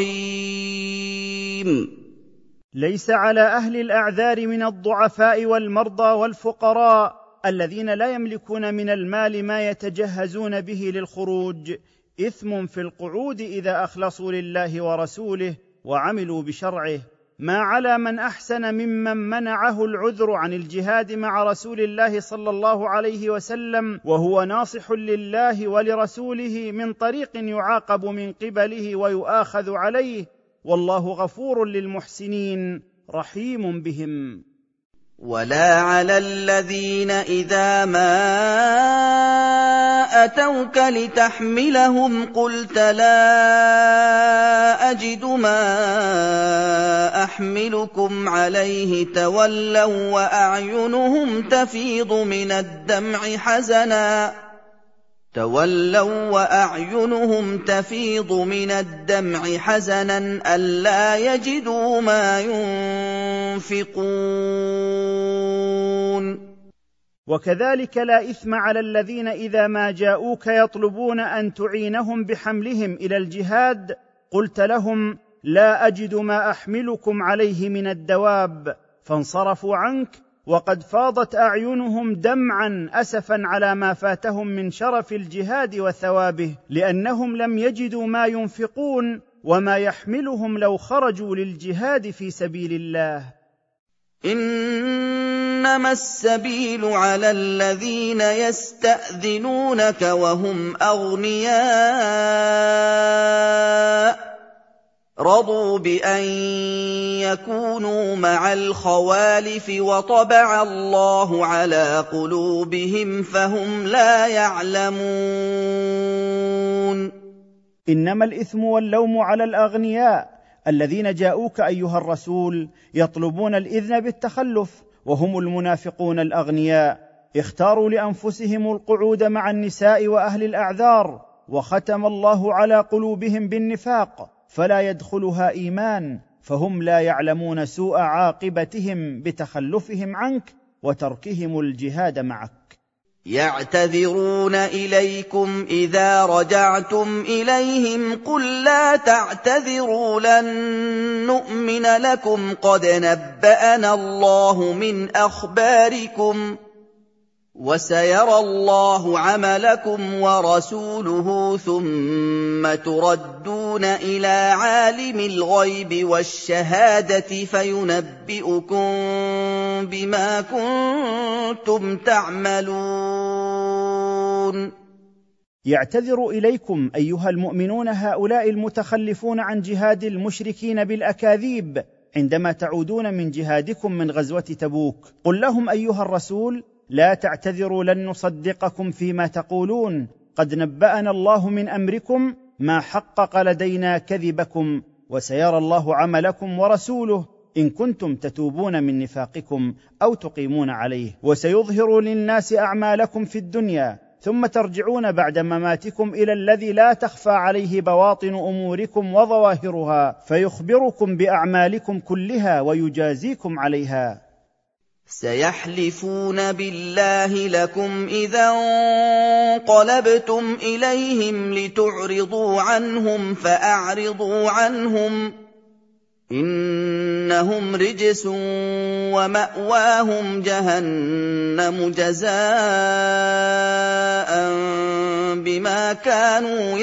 رحيم. ليس على أهل الأعذار من الضعفاء والمرضى والفقراء الذين لا يملكون من المال ما يتجهزون به للخروج إثم في القعود إذا أخلصوا لله ورسوله وعملوا بشرعه، ما على من أحسن ممن منعه العذر عن الجهاد مع رسول الله صلى الله عليه وسلم وهو ناصح لله ولرسوله من طريق يعاقب من قبله ويؤاخذ عليه، والله غفور للمحسنين رحيم بهم. ولا على الذين إذا ما أتوك لتحملهم قلت لا أجد ما أحملكم عليه تولوا وأعينهم تفيض من الدمع حزنا ألا يجدوا ما ينفقون. وكذلك لا إثم على الذين إذا ما جاءوك يطلبون أن تعينهم بحملهم إلى الجهاد قلت لهم لا أجد ما أحملكم عليه من الدواب، فانصرفوا عنك وقد فاضت اعينهم دمعا اسفا على ما فاتهم من شرف الجهاد وثوابه، لانهم لم يجدوا ما ينفقون وما يحملهم لو خرجوا للجهاد في سبيل الله. إنما السبيل على الذين يستأذنونك وهم أغنياء رضوا بأن يكونوا مع الخوالف وطبع الله على قلوبهم فهم لا يعلمون. إنما الإثم واللوم على الأغنياء الذين جاءوك أيها الرسول يطلبون الإذن بالتخلف، وهم المنافقون الأغنياء، اختاروا لأنفسهم القعود مع النساء وأهل الأعذار، وختم الله على قلوبهم بالنفاق فلا يدخلها إيمان، فهم لا يعلمون سوء عاقبتهم بتخلفهم عنك وتركهم الجهاد معك. يعتذرون إليكم إذا رجعتم إليهم قل لا تعتذروا لن نؤمن لكم قد نبأنا الله من أخباركم وسيرى الله عملكم ورسوله ثم تردون إلى عالم الغيب والشهادة فينبئكم بما كنتم تعملون. يعتذر إليكم أيها المؤمنون هؤلاء المتخلفون عن جهاد المشركين بالأكاذيب عندما تعودون من جهادكم من غزوة تبوك. قل لهم أيها الرسول لا تعتذروا لن نصدقكم فيما تقولون، قد نبأنا الله من أمركم ما حقق لدينا كذبكم، وسيرى الله عملكم ورسوله إن كنتم تتوبون من نفاقكم أو تقيمون عليه، وسيظهر للناس أعمالكم في الدنيا ثم ترجعون بعد مماتكم إلى الذي لا تخفى عليه بواطن أموركم وظواهرها فيخبركم بأعمالكم كلها ويجازيكم عليها. سيحلفون بالله لكم إذا انقلبتم إليهم لتعرضوا عنهم فأعرضوا عنهم إنهم رجس ومأواهم جهنم جزاء بما كانوا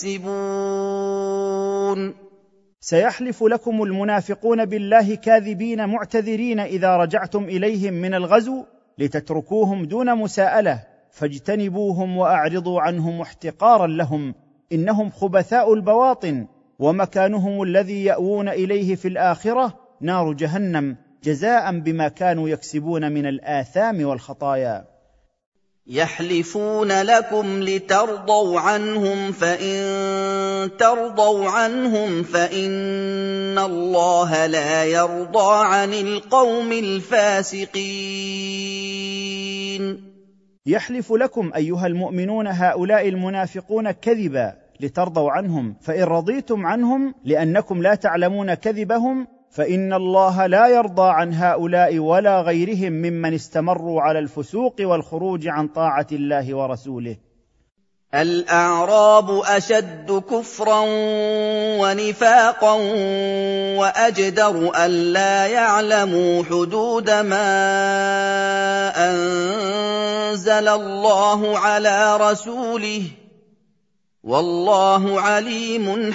يكسبون. سيحلف لكم المنافقون بالله كاذبين معتذرين إذا رجعتم إليهم من الغزو لتتركوهم دون مساءلة، فاجتنبوهم وأعرضوا عنهم احتقارا لهم، إنهم خبثاء البواطن، ومكانهم الذي يأوون إليه في الآخرة نار جهنم جزاء بما كانوا يكسبون من الآثام والخطايا. يحلفون لكم لترضوا عنهم فإن ترضوا عنهم فإن الله لا يرضى عن القوم الفاسقين. يحلف لكم أيها المؤمنون هؤلاء المنافقون كذبا لترضوا عنهم، فإن رضيتم عنهم لأنكم لا تعلمون كذبهم فإن الله لا يرضى عن هؤلاء ولا غيرهم ممن استمروا على الفسوق والخروج عن طاعة الله ورسوله. الأعراب أشد كفرا ونفاقا وأجدر ألا يعلموا حدود ما أنزل الله على رسوله والله عليم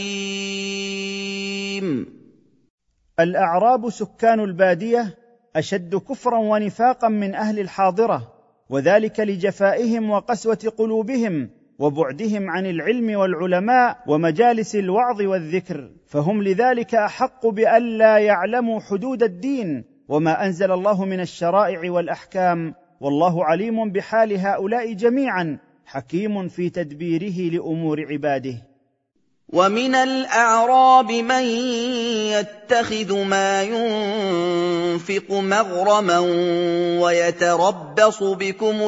حكيم. الأعراب سكان البادية أشد كفرا ونفاقا من أهل الحاضرة، وذلك لجفائهم وقسوة قلوبهم وبعدهم عن العلم والعلماء ومجالس الوعظ والذكر، فهم لذلك أحق بألا يعلموا حدود الدين وما أنزل الله من الشرائع والأحكام، والله عليم بحال هؤلاء جميعا حكيم في تدبيره لأمور عباده. ومن الأعراب من يتخذ ما ينفق مغرما ويتربص بكم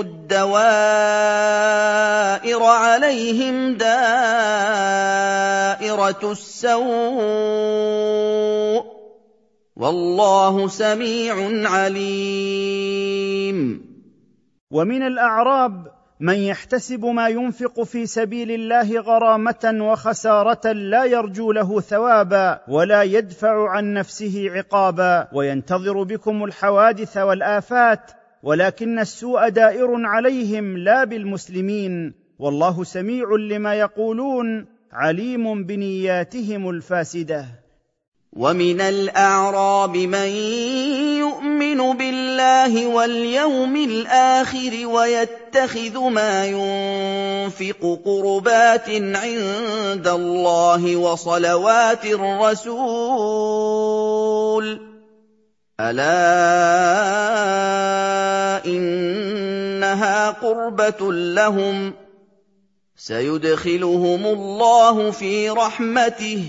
الدوائر عليهم دائرة السوء والله سميع عليم. ومن الأعراب من يحتسب ما ينفق في سبيل الله غرامة وخسارة لا يرجو له ثوابا ولا يدفع عن نفسه عقابا، وينتظر بكم الحوادث والآفات، ولكن السوء دائر عليهم لا بالمسلمين، والله سميع لما يقولون عليم بنياتهم الفاسدة. ومن الأعراب من يؤمن بالله واليوم الآخر ويتخذ ما ينفق قربات عند الله وصلوات الرسول، ألا إنها قربة لهم سيدخلهم الله في رحمته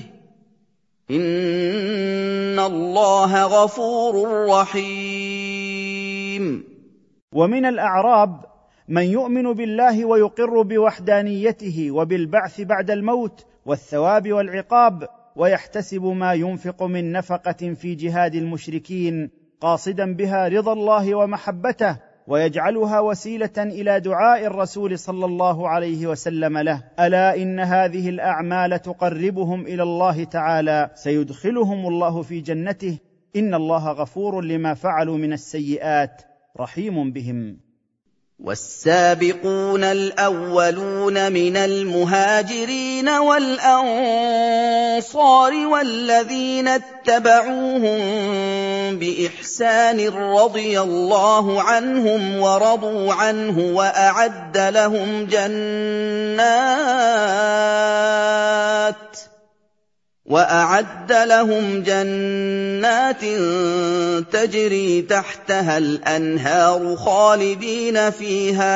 إن الله غفور رحيم. ومن الأعراب من يؤمن بالله ويقر بوحدانيته وبالبعث بعد الموت والثواب والعقاب، ويحتسب ما ينفق من نفقة في جهاد المشركين قاصدا بها رضا الله ومحبته، ويجعلها وسيلة إلى دعاء الرسول صلى الله عليه وسلم له، ألا إن هذه الأعمال تقربهم إلى الله تعالى سيدخلهم الله في جنته إن الله غفور لما فعلوا من السيئات رحيم بهم. والسابقون الأولون من المهاجرين والأنصار والذين اتبعوهم بإحسان رضي الله عنهم ورضوا عنه وأعد لهم جنات تجري تحتها الأنهار خالدين فيها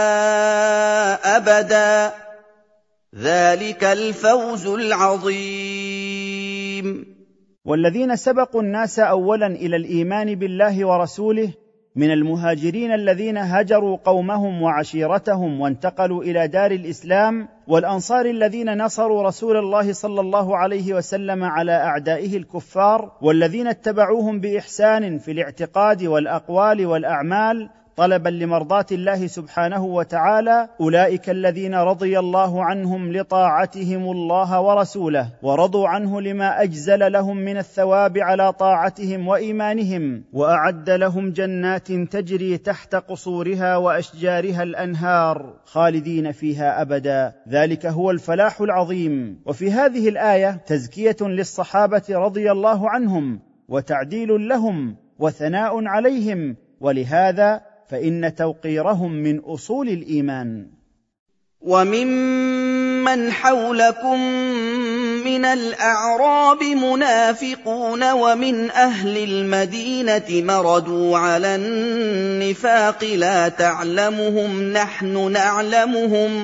أبدا، ذلك الفوز العظيم. والذين سبقوا الناس أولا إلى الإيمان بالله ورسوله من المهاجرين الذين هجروا قومهم وعشيرتهم وانتقلوا إلى دار الإسلام، والأنصار الذين نصروا رسول الله صلى الله عليه وسلم على أعدائه الكفار، والذين اتبعوهم بإحسان في الاعتقاد والأقوال والأعمال طلبا لمرضاة الله سبحانه وتعالى، أولئك الذين رضي الله عنهم لطاعتهم الله ورسوله، ورضوا عنه لما أجزل لهم من الثواب على طاعتهم وإيمانهم، وأعد لهم جنات تجري تحت قصورها وأشجارها الأنهار خالدين فيها أبدا، ذلك هو الفلاح العظيم. وفي هذه الآية تزكية للصحابة رضي الله عنهم وتعديل لهم وثناء عليهم، ولهذا فإن توقيرهم من أصول الإيمان. وممن حولكم من الأعراب منافقون ومن أهل المدينة مردوا على النفاق لا تعلمهم نحن نعلمهم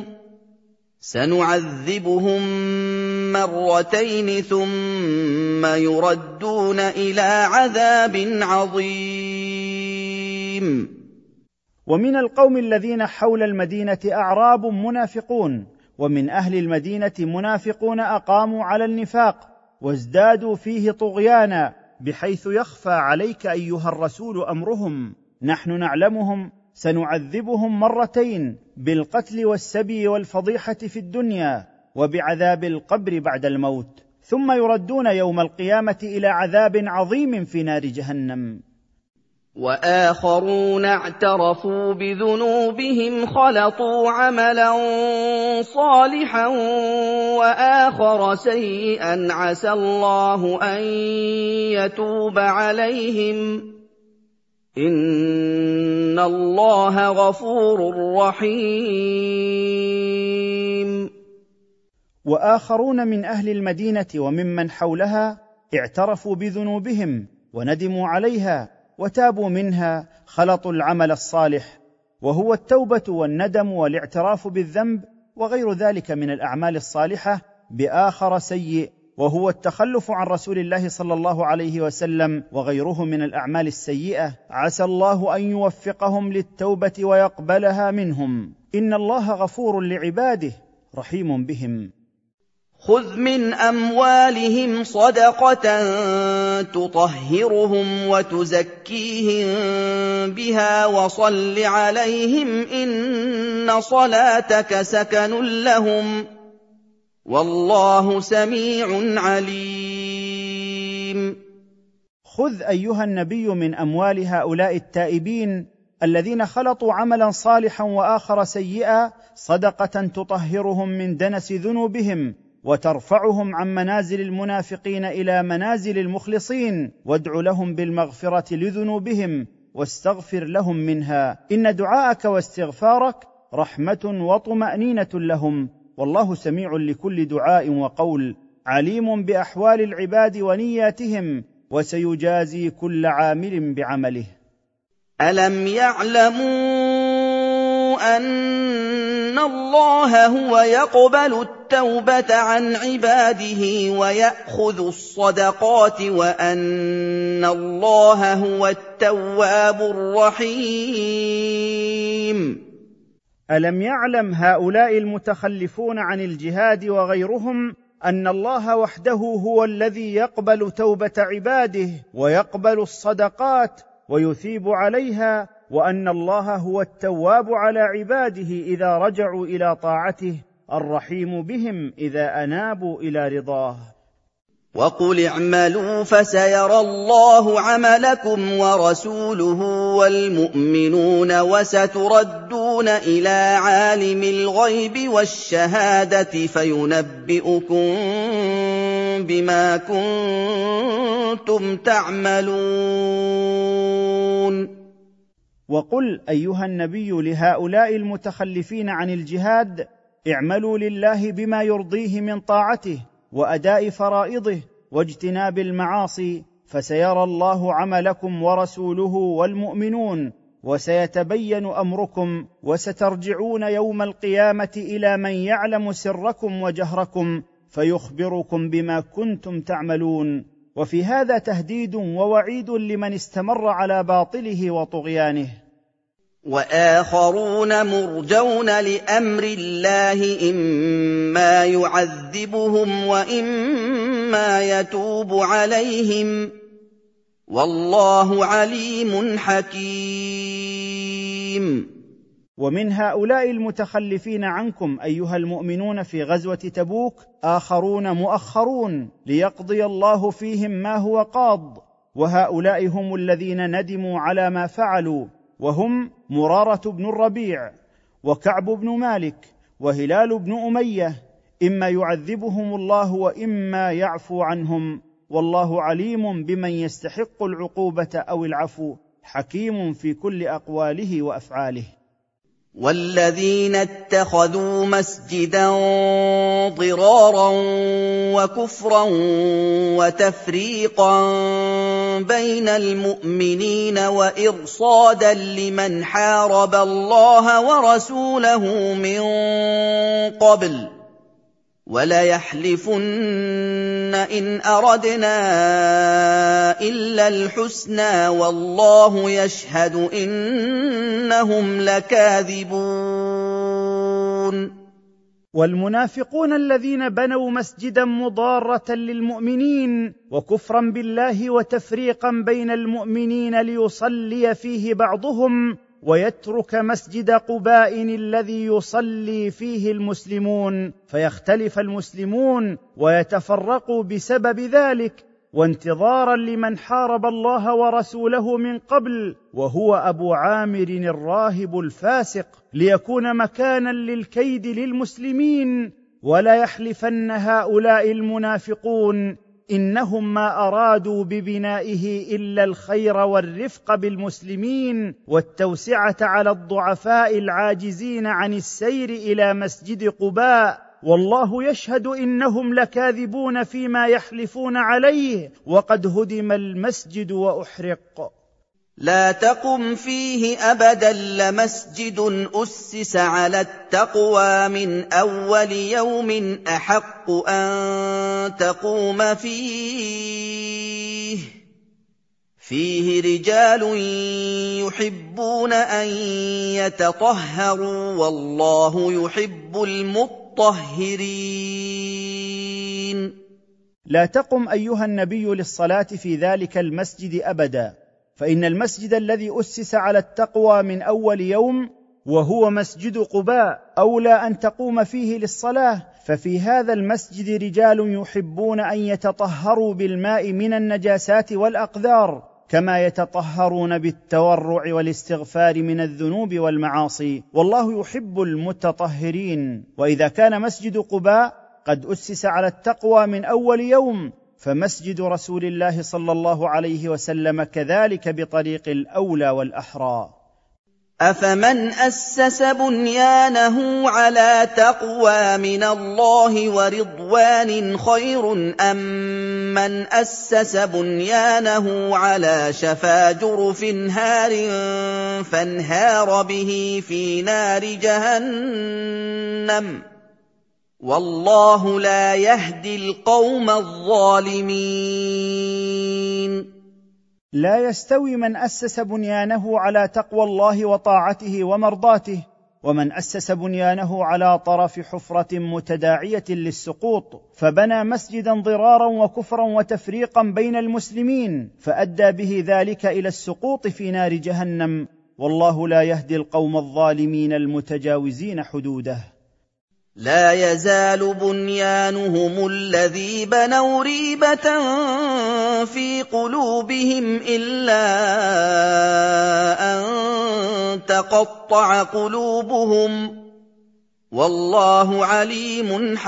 سنعذبهم مرتين ثم يردون إلى عذاب عظيم. ومن القوم الذين حول المدينة أعراب منافقون، ومن أهل المدينة منافقون أقاموا على النفاق وازدادوا فيه طغيانا، بحيث يخفى عليك أيها الرسول أمرهم، نحن نعلمهم سنعذبهم مرتين بالقتل والسبي والفضيحة في الدنيا وبعذاب القبر بعد الموت، ثم يردون يوم القيامة إلى عذاب عظيم في نار جهنم. وآخرون اعترفوا بذنوبهم خلطوا عملا صالحا وآخر سيئا عسى الله أن يتوب عليهم إن الله غفور رحيم. وآخرون من أهل المدينة وممن حولها اعترفوا بذنوبهم وندموا عليها وتابوا منها، خلطوا العمل الصالح وهو التوبة والندم والاعتراف بالذنب وغير ذلك من الأعمال الصالحة، بآخر سيء وهو التخلف عن رسول الله صلى الله عليه وسلم وغيره من الأعمال السيئة، عسى الله أن يوفقهم للتوبة ويقبلها منهم إن الله غفور لعباده رحيم بهم. خُذْ مِنْ أَمْوَالِهِمْ صَدَقَةً تُطَهِّرُهُمْ وَتُزَكِّيهِم بِهَا وَصَلِّ عَلَيْهِمْ ۖ إِنَّ صَلَاتَكَ سَكَنٌ لَّهُمْ ۗ وَاللَّهُ سَمِيعٌ عَلِيمٌ. خذ أيها النبي من أموال هؤلاء التائبين الذين خلطوا عملا صالحا وآخر سيئا صدقة تطهرهم من دنس ذنوبهم وترفعهم عن منازل المنافقين إلى منازل المخلصين، وادع لهم بالمغفرة لذنوبهم واستغفر لهم منها، إن دعاءك واستغفارك رحمة وطمأنينة لهم، والله سميع لكل دعاء وقول، عليم بأحوال العباد ونياتهم، وسيجازي كل عامل بعمله. أَلَمْ يَعْلَمُوا أَنَّ اللَّهَ هُوَ يَقْبَلُ التَّوْبَةَ عَنْ عِبَادِهِ وَيَأْخُذُ الصَّدَقَاتِ وَأَنَّ اللَّهَ هُوَ التَّوَّابُ الرَّحِيمُ؟ ألم يعلم هؤلاء المتخلفون عن الجهاد وغيرهم أن الله وحده هو الذي يقبل توبة عباده ويقبل الصدقات ويثيب عليها، وأن الله هو التواب على عباده إذا رجعوا إلى طاعته، الرحيم بهم إذا أنابوا إلى رضاه. وَقُلِ اعْمَلُوا فَسَيَرَى اللَّهُ عَمَلَكُمْ وَرَسُولُهُ وَالْمُؤْمِنُونَ وَسَتُرَدُّونَ إِلَىٰ عَالِمِ الْغَيْبِ وَالشَّهَادَةِ فَيُنَبِّئُكُم بِمَا كُنتُمْ تَعْمَلُونَ. وقل أيها النبي لهؤلاء المتخلفين عن الجهاد: اعملوا لله بما يرضيه من طاعته وأداء فرائضه واجتناب المعاصي، فسيرى الله عملكم ورسوله والمؤمنون، وسيتبين أمركم، وسترجعون يوم القيامة إلى من يعلم سركم وجهركم فيخبركم بما كنتم تعملون. وفي هذا تهديد ووعيد لمن استمر على باطله وطغيانه. وآخرون مرجون لأمر الله إما يعذبهم وإما يتوب عليهم، والله عليم حكيم. ومن هؤلاء المتخلفين عنكم أيها المؤمنون في غزوة تبوك آخرون مؤخرون ليقضي الله فيهم ما هو قاض، وهؤلاء هم الذين ندموا على ما فعلوا، وهم مرارة بن الربيع وكعب بن مالك وهلال بن أمية، إما يعذبهم الله وإما يعفو عنهم، والله عليم بمن يستحق العقوبة أو العفو، حكيم في كل أقواله وأفعاله. والذين اتخذوا مسجدا ضرارا وكفرا وتفريقا بين المؤمنين وإرصادا لمن حارب الله ورسوله من قبل وليحلفن إن أردنا إلا الحسنى والله يشهد إنهم لكاذبون. والمنافقون الذين بنوا مسجدا مضارة للمؤمنين وكفرا بالله وتفريقا بين المؤمنين ليصلي فيه بعضهم ويترك مسجد قباء الذي يصلي فيه المسلمون، فيختلف المسلمون ويتفرقوا بسبب ذلك، وانتظارا لمن حارب الله ورسوله من قبل وهو أبو عامر الراهب الفاسق، ليكون مكانا للكيد للمسلمين. ولا يحلفن هؤلاء المنافقون إنهم ما أرادوا ببنائه إلا الخير والرفق بالمسلمين والتوسعة على الضعفاء العاجزين عن السير إلى مسجد قباء، والله يشهد إنهم لكاذبون فيما يحلفون عليه، وقد هدم المسجد وأحرق. لا تقم فيه أبدا لمسجد أسس على التقوى من أول يوم أحق أن تقوم فيه رجال يحبون أن يتطهروا والله يحب المطهرين. المطهرين. لا تقم ايها النبي للصلاه في ذلك المسجد ابدا، فان المسجد الذي اسس على التقوى من اول يوم وهو مسجد قباء اولى ان تقوم فيه للصلاه، ففي هذا المسجد رجال يحبون ان يتطهروا بالماء من النجاسات والاقذار كما يتطهرون بالتورع والاستغفار من الذنوب والمعاصي، والله يحب المتطهرين. واذا كان مسجد قباء قد اسس على التقوى من اول يوم، فمسجد رسول الله صلى الله عليه وسلم كذلك بطريق الاولى والاحرى. أفمن أسس بنيانه على تقوى من الله ورضوان خير أم من أسس بنيانه على شفا جرف هار فانهار به في نار جهنم والله لا يهدي القوم الظالمين. لا يستوي من اسس بنيانه على تقوى الله وطاعته ومرضاته ومن اسس بنيانه على طرف حفره متداعيه للسقوط فبنى مسجدا ضرارا وكفرا وتفريقا بين المسلمين فادى به ذلك الى السقوط في نار جهنم، والله لا يهدي القوم الظالمين المتجاوزين حدوده. لا يزال بنيانهم الذي بنوا ريبة في قلوبهم إلا أن تقطع قلوبهم والله عليم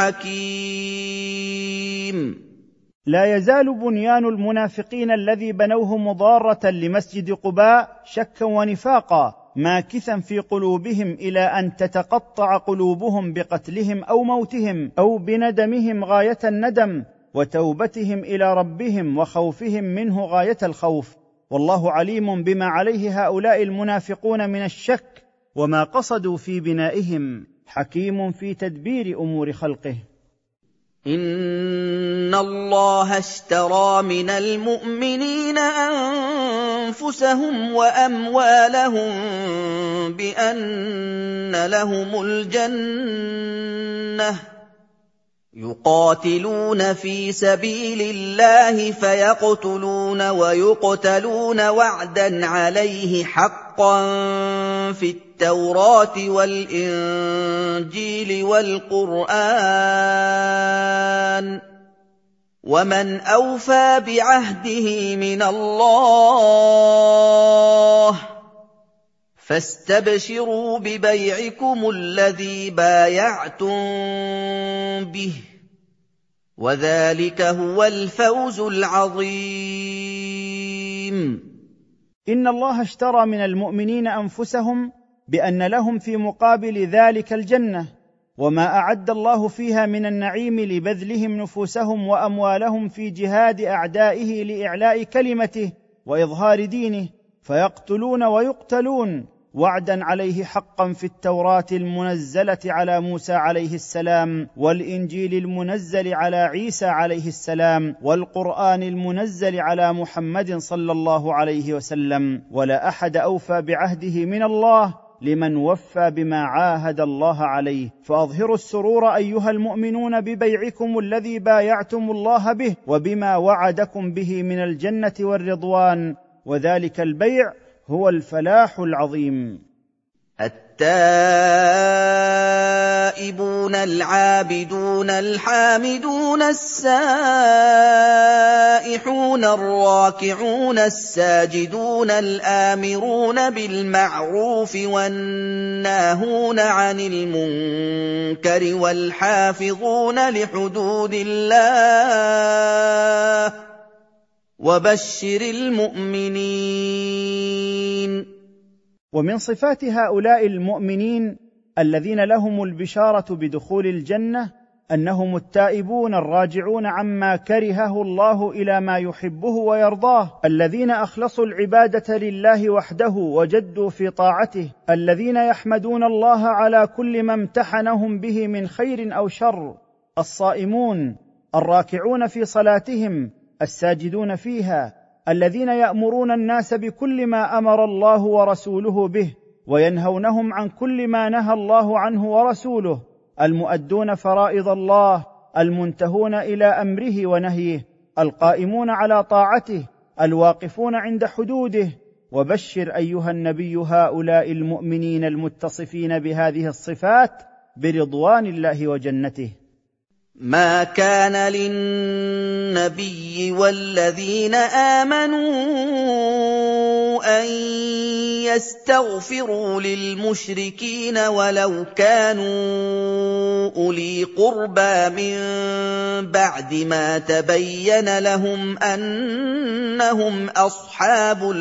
حكيم. لا يزال بنيان المنافقين الذي بنوه مضارة لمسجد قباء شكا ونفاقا ماكثا في قلوبهم الى ان تتقطع قلوبهم بقتلهم او موتهم او بندمهم غايه الندم وتوبتهم الى ربهم وخوفهم منه غايه الخوف، والله عليم بما عليه هؤلاء المنافقون من الشك وما قصدوا في بنائهم، حكيم في تدبير امور خلقه. إن الله اشترى من المؤمنين أنفسهم وأموالهم بأن لهم الجنة يقاتلون في سبيل الله فيقتلون ويقتلون وعدا عليه حقا في التوراة والإنجيل والقرآن ومن أوفى بعهده من الله فاستبشروا ببيعكم الذي بايعتم به وذلك هو الفوز العظيم. إن الله اشترى من المؤمنين أنفسهم بأن لهم في مقابل ذلك الجنة وما أعد الله فيها من النعيم لبذلهم نفوسهم وأموالهم في جهاد أعدائه لإعلاء كلمته وإظهار دينه، فيقتلون ويقتلون وعدا عليه حقا في التوراة المنزلة على موسى عليه السلام والإنجيل المنزل على عيسى عليه السلام والقرآن المنزل على محمد صلى الله عليه وسلم، ولا أحد أوفى بعهده من الله لمن وفى بما عاهد الله عليه. فأظهروا السرور أيها المؤمنون ببيعكم الذي بايعتم الله به وبما وعدكم به من الجنة والرضوان، وذلك البيع هو الفلاح العظيم. التائبون العابدون الحامدون السائحون الراكعون الساجدون الآمرون بالمعروف والناهون عن المنكر والحافظون لحدود الله وبشر المؤمنين. ومن صفات هؤلاء المؤمنين الذين لهم البشارة بدخول الجنة أنهم التائبون الراجعون عما كرهه الله إلى ما يحبه ويرضاه، الذين أخلصوا العبادة لله وحده وجدوا في طاعته، الذين يحمدون الله على كل ما امتحنهم به من خير أو شر، الصائمون الراكعون في صلاتهم الساجدون فيها، الذين يأمرون الناس بكل ما أمر الله ورسوله به وينهونهم عن كل ما نهى الله عنه ورسوله، المؤدون فرائض الله، المنتهون الى امره ونهيه، القائمون على طاعته، الواقفون عند حدوده. وبشر ايها النبي هؤلاء المؤمنين المتصفين بهذه الصفات برضوان الله وجنته. ما كان للنبي والذين آمنوا أن يستغفروا للمشركين ولو كانوا أولي قربى من بعد ما تبين لهم أنهم أصحاب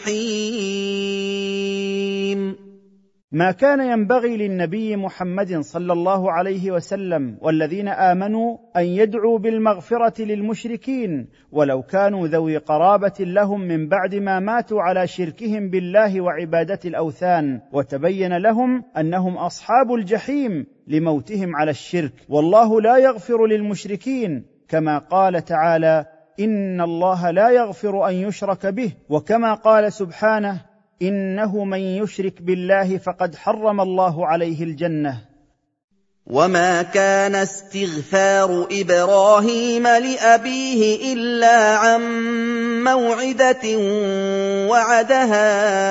الجحيم. ما كان ينبغي للنبي محمد صلى الله عليه وسلم والذين آمنوا أن يدعوا بالمغفرة للمشركين ولو كانوا ذوي قرابة لهم من بعد ما ماتوا على شركهم بالله وعبادة الأوثان، وتبين لهم أنهم أصحاب الجحيم لموتهم على الشرك. والله لا يغفر للمشركين، كما قال تعالى: إن الله لا يغفر أن يشرك به، وكما قال سبحانه: إنه من يشرك بالله فقد حرم الله عليه الجنة. وما كان استغفار إبراهيم لأبيه إلا عن موعدة وعدها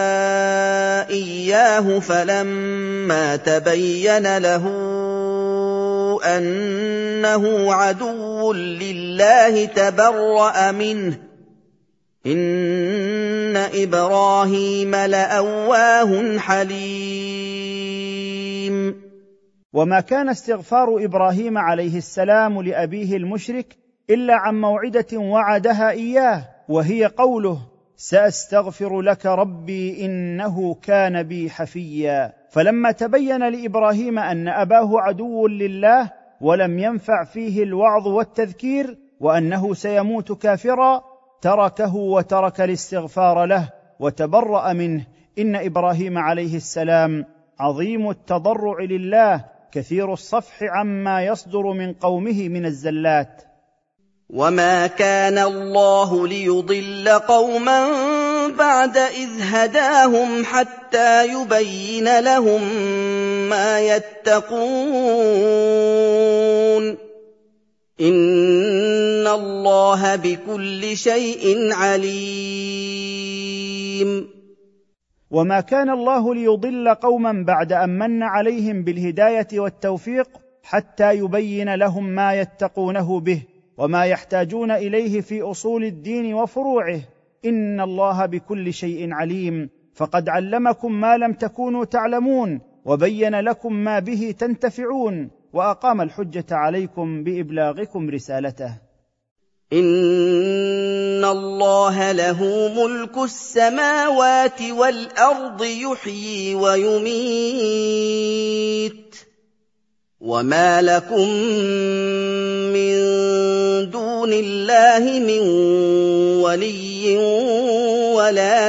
إياه فلما تبين له أنه عدو لله تبرأ منه، إن إبراهيم لأواه حليم. وما كان استغفار إبراهيم عليه السلام لأبيه المشرك إلا عن موعدة وعدها إياه، وهي قوله: سأستغفر لك ربي إنه كان بي حفيا. فلما تبين لإبراهيم أن أباه عدو لله ولم ينفع فيه الوعظ والتذكير وأنه سيموت كافرا، تركه وترك الاستغفار له وتبرأ منه. إن إبراهيم عليه السلام عظيم التضرع لله، كثير الصفح عما يصدر من قومه من الزلات. وما كان الله ليضل قوما بعد إذ هداهم حتى يبين لهم ما يتقون، إن الله بكل شيء عليم. وما كان الله ليضل قوما بعد أن من عليهم بالهداية والتوفيق حتى يبين لهم ما يتقونه به وما يحتاجون إليه في أصول الدين وفروعه، إن الله بكل شيء عليم. فقد علمكم ما لم تكونوا تعلمون وبين لكم ما به تنتفعون، وأقام الحجة عليكم بإبلاغكم رسالته. إن الله له ملك السماوات والأرض يحيي ويميت، وما لكم من دون الله من ولي ولا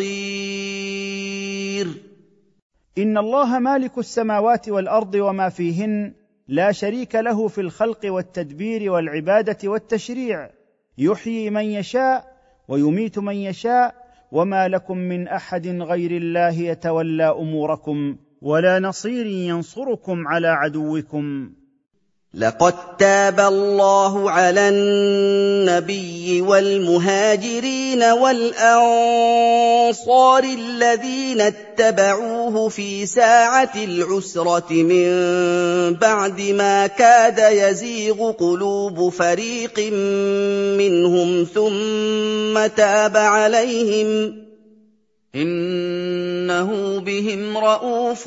نصير. إن الله مالك السماوات والأرض وما فيهن، لا شريك له في الخلق والتدبير والعبادة والتشريع، يحيي من يشاء ويميت من يشاء، وما لكم من أحد غير الله يتولى أموركم، ولا نصير ينصركم على عدوكم. لقد تاب الله على النبي والمهاجرين والأنصار الذين اتبعوه في ساعة العسرة من بعد ما كاد يزيغ قلوب فريق منهم ثم تاب عليهم، إنه بهم رءوف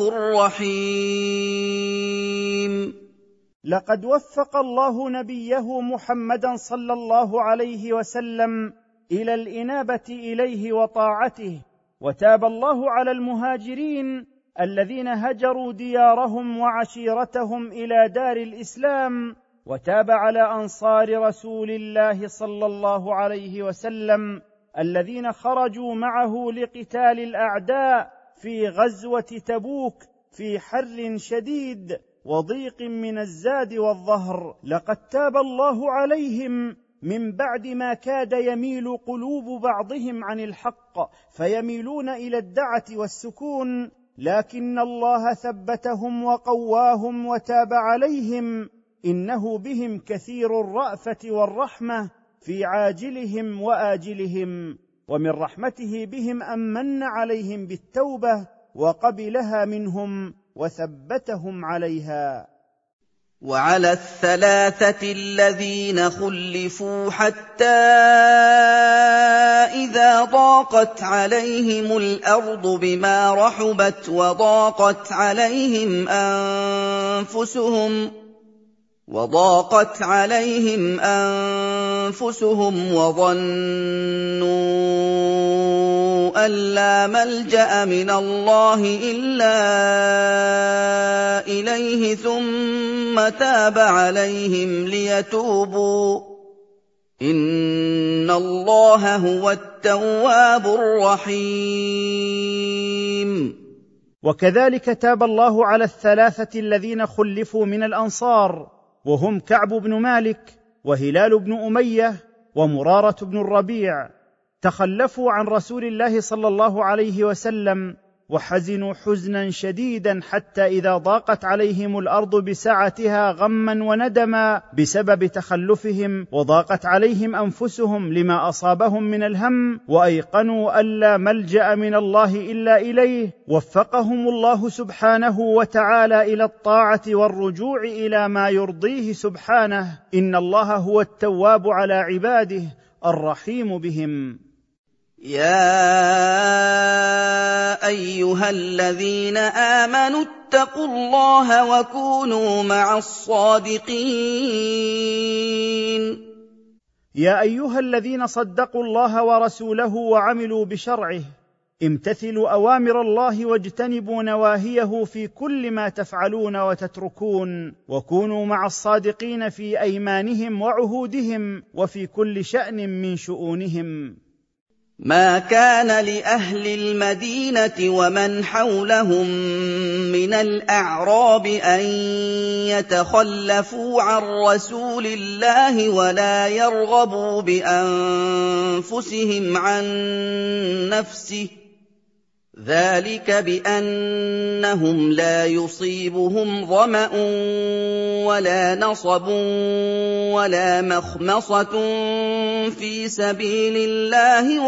رحيم. لقد وفق الله نبيه محمدا صلى الله عليه وسلم إلى الإنابة إليه وطاعته، وتاب الله على المهاجرين الذين هجروا ديارهم وعشيرتهم إلى دار الإسلام، وتاب على أنصار رسول الله صلى الله عليه وسلم الذين خرجوا معه لقتال الأعداء في غزوة تبوك في حر شديد وضيق من الزاد والظهر. لقد تاب الله عليهم من بعد ما كاد يميل قلوب بعضهم عن الحق فيميلون إلى الدعة والسكون، لكن الله ثبتهم وقواهم وتاب عليهم، إنه بهم كثير الرأفة والرحمة في عاجلهم وآجلهم، ومن رحمته بهم أن من عليهم بالتوبة وقبلها منهم وثبتهم عليها. وعلى الثلاثة الذين خلفوا حتى إذا ضاقت عليهم الأرض بما رحبت وضاقت عليهم أنفسهم وظنوا أن لا ملجأ من الله إلا إليه ثم تاب عليهم ليتوبوا إن الله هو التواب الرحيم. وكذلك تاب الله على الثلاثة الذين خلفوا من الأنصار، وهم كعب بن مالك وهلال بن أمية ومرارة بن الربيع، تخلفوا عن رسول الله صلى الله عليه وسلم وحزنوا حزنا شديدا حتى إذا ضاقت عليهم الأرض بسعتها غما وندما بسبب تخلفهم، وضاقت عليهم أنفسهم لما أصابهم من الهم، وأيقنوا أن لا ملجأ من الله إلا إليه، وفقهم الله سبحانه وتعالى إلى الطاعة والرجوع إلى ما يرضيه سبحانه، إن الله هو التواب على عباده الرحيم بهم. يا أيها الذين آمنوا اتقوا الله وكونوا مع الصادقين. يا أيها الذين صدقوا الله ورسوله وعملوا بشرعه، امتثلوا أوامر الله واجتنبوا نواهيه في كل ما تفعلون وتتركون، وكونوا مع الصادقين في أيمانهم وعهودهم وفي كل شأن من شؤونهم. ما كان لأهل المدينة ومن حولهم من الأعراب أن يتخلفوا عن رسول الله ولا يرغبوا بأنفسهم عن نفسه، ذلك بأنهم لا يصيبهم ظمأ ولا نصب ولا مخمصة في سبيل الله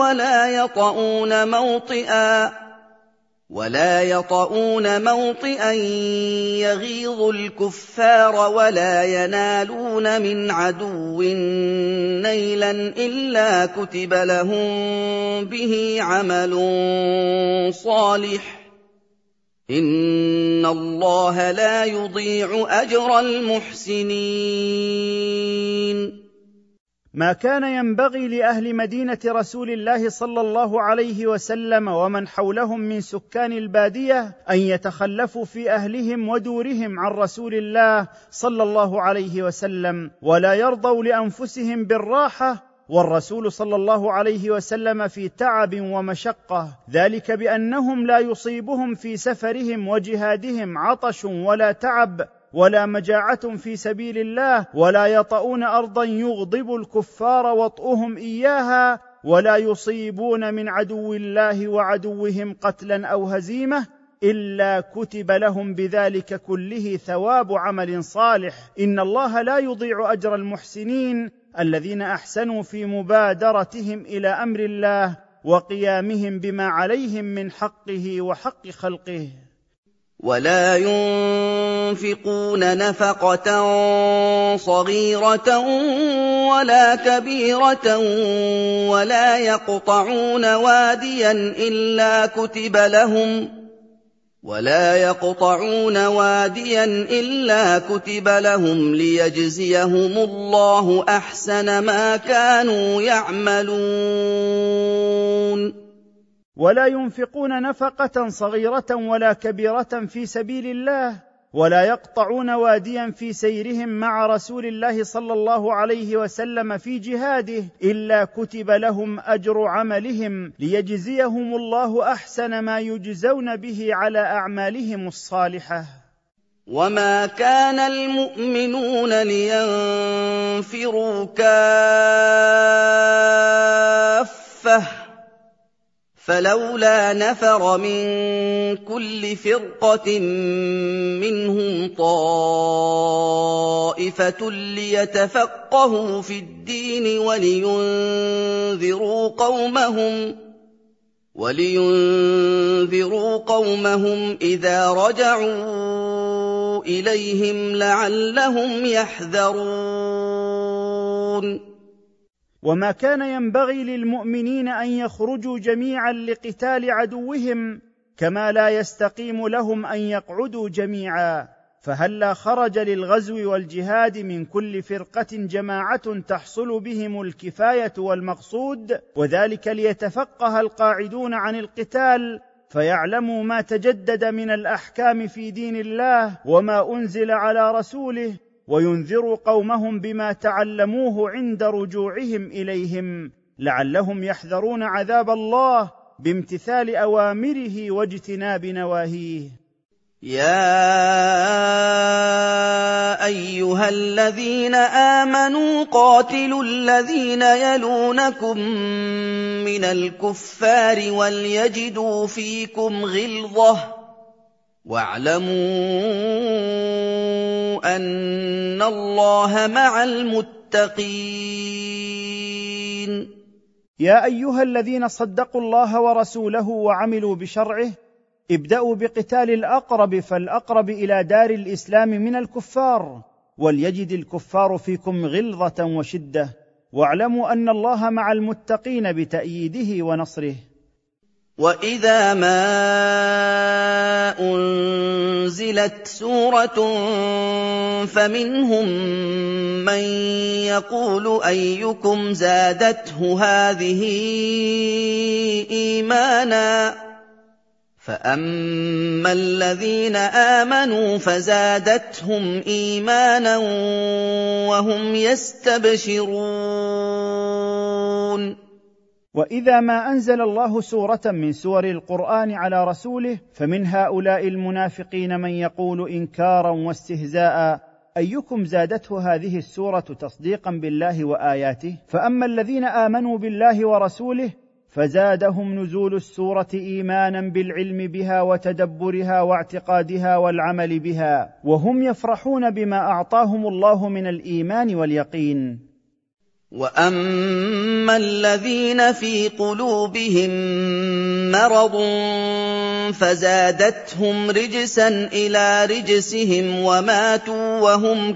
ولا يطؤون موطئا يغيظ الكفار ولا ينالون من عدو نيلا إلا كتب لهم به عمل صالح، إن الله لا يضيع أجر المحسنين. ما كان ينبغي لأهل مدينة رسول الله صلى الله عليه وسلم ومن حولهم من سكان البادية أن يتخلفوا في أهلهم ودورهم عن رسول الله صلى الله عليه وسلم، ولا يرضوا لأنفسهم بالراحة، والرسول صلى الله عليه وسلم في تعب ومشقة، ذلك بأنهم لا يصيبهم في سفرهم وجهادهم عطش ولا تعب ولا مجاعة في سبيل الله، ولا يطؤون أرضا يغضب الكفار وطئهم إياها، ولا يصيبون من عدو الله وعدوهم قتلا أو هزيمة، إلا كتب لهم بذلك كله ثواب عمل صالح، إن الله لا يضيع أجر المحسنين الذين أحسنوا في مبادرتهم إلى أمر الله وقيامهم بما عليهم من حقه وحق خلقه. ولا ينفقون نفقة صغيرة ولا كبيرة ولا يقطعون واديا إلا كتب لهم ليجزيهم الله أحسن ما كانوا يعملون. ولا ينفقون نفقة صغيرة ولا كبيرة في سبيل الله، ولا يقطعون واديا في سيرهم مع رسول الله صلى الله عليه وسلم في جهاده، إلا كتب لهم أجر عملهم ليجزيهم الله أحسن ما يجزون به على أعمالهم الصالحة. وما كان المؤمنون لينفروا كافة، فلولا نفر من كل فرقة منهم طائفة ليتفقهوا في الدين ولينذروا قومهم إذا رجعوا إليهم لعلهم يحذرون. وما كان ينبغي للمؤمنين ان يخرجوا جميعا لقتال عدوهم، كما لا يستقيم لهم ان يقعدوا جميعا، فهلا خرج للغزو والجهاد من كل فرقه جماعه تحصل بهم الكفايه والمقصود، وذلك ليتفقه القاعدون عن القتال فيعلموا ما تجدد من الاحكام في دين الله وما انزل على رسوله، وينذروا قومهم بما تعلموه عند رجوعهم اليهم، لعلهم يحذرون عذاب الله بامتثال اوامره واجتناب نواهيه. يا أيها الذين آمنوا قاتلوا الذين يلونكم من الكفار وليجدوا فيكم غلظة واعلموا أن الله مع المتقين. يا أيها الذين صدقوا الله ورسوله وعملوا بشرعه، ابدأوا بقتال الأقرب فالأقرب إلى دار الإسلام من الكفار، وليجد الكفار فيكم غلظة وشدة، واعلموا أن الله مع المتقين بتأييده ونصره. وإذا ما أنزلت سورة فمنهم من يقول أيكم زادته هذه إيمانا، فأما الذين آمنوا فزادتهم إيمانا وهم يستبشرون. وإذا ما أنزل الله سورة من سور القرآن على رسوله فمن هؤلاء المنافقين من يقول إنكارا واستهزاء أيكم زادته هذه السورة تصديقا بالله وآياته، فأما الذين آمنوا بالله ورسوله فزادهم نزول السورة إيمانا بالعلم بها وتدبرها واعتقادها والعمل بها، وهم يفرحون بما أعطاهم الله من الإيمان واليقين. وأما الذين في قلوبهم مرض فزادتهم رجسا إلى رجسهم وماتوا وهم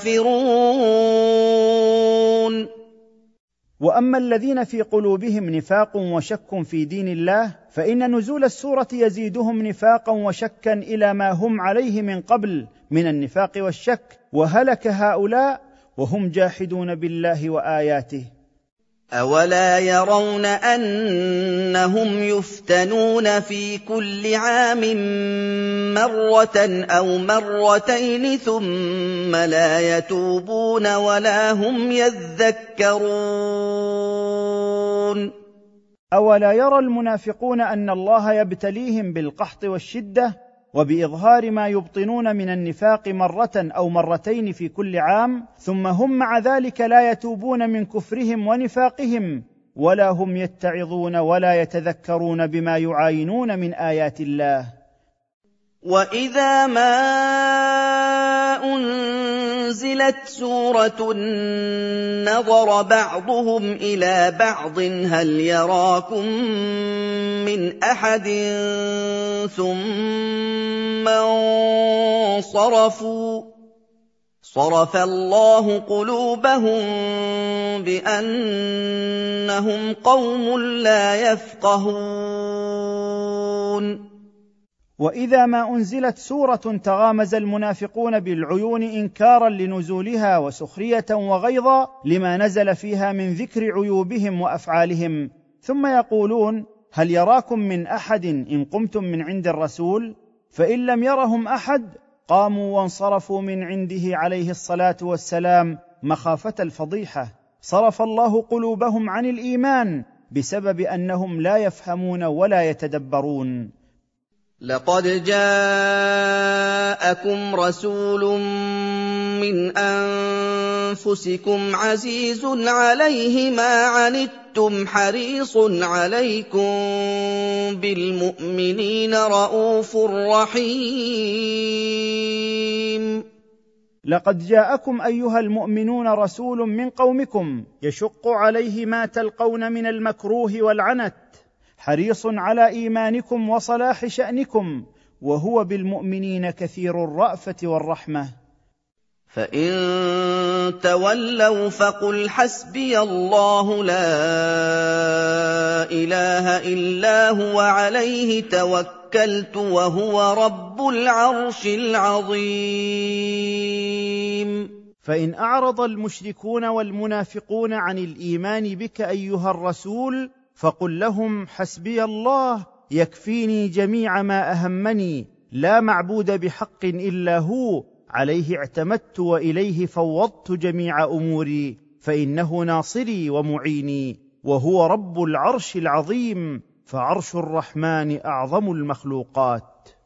كافرون. وأما الذين في قلوبهم نفاق وشك في دين الله فإن نزول السورة يزيدهم نفاقا وشكا إلى ما هم عليه من قبل من النفاق والشك، وهلك هؤلاء وهم جاحدون بالله وآياته. أولا يرون أنهم يفتنون في كل عام مرة أو مرتين ثم لا يتوبون ولا هم يذكرون. أولا يرى المنافقون أن الله يبتليهم بالقحط والشدة وبإظهار ما يبطنون من النفاق مرة أو مرتين في كل عام، ثم هم مع ذلك لا يتوبون من كفرهم ونفاقهم ولا هم يتعظون ولا يتذكرون بما يعاينون من آيات الله. وإذا ما أنزلت سورة نظر بعضهم إلى بعض هل يراكم من أحد ثم انصرفوا، صرف الله قلوبهم بأنهم قوم لا يفقهون. وإذا ما أنزلت سورة تغامز المنافقون بالعيون إنكارا لنزولها وسخرية وغيظا لما نزل فيها من ذكر عيوبهم وأفعالهم، ثم يقولون هل يراكم من أحد إن قمتم من عند الرسول، فإن لم يرهم أحد قاموا وانصرفوا من عنده عليه الصلاة والسلام مخافة الفضيحة. صرف الله قلوبهم عن الإيمان بسبب أنهم لا يفهمون ولا يتدبرون. لقد جاءكم رسول من أنفسكم عزيز عليه ما عنتم حريص عليكم بالمؤمنين رءوف رحيم. لقد جاءكم أيها المؤمنون رسول من قومكم يشق عليه ما تلقون من المكروه والعنت، حريص على إيمانكم وصلاح شأنكم، وهو بالمؤمنين كثير الرأفة والرحمة. فإن تولوا فقل حسبي الله لا إله إلا هو عليه توكلت وهو رب العرش العظيم. فإن أعرض المشركون والمنافقون عن الإيمان بك أيها الرسول فقل لهم حسبي الله يكفيني جميع ما أهمني، لا معبود بحق إلا هو، عليه اعتمدت وإليه فوضت جميع أموري، فإنه ناصري ومعيني، وهو رب العرش العظيم، فعرش الرحمن أعظم المخلوقات.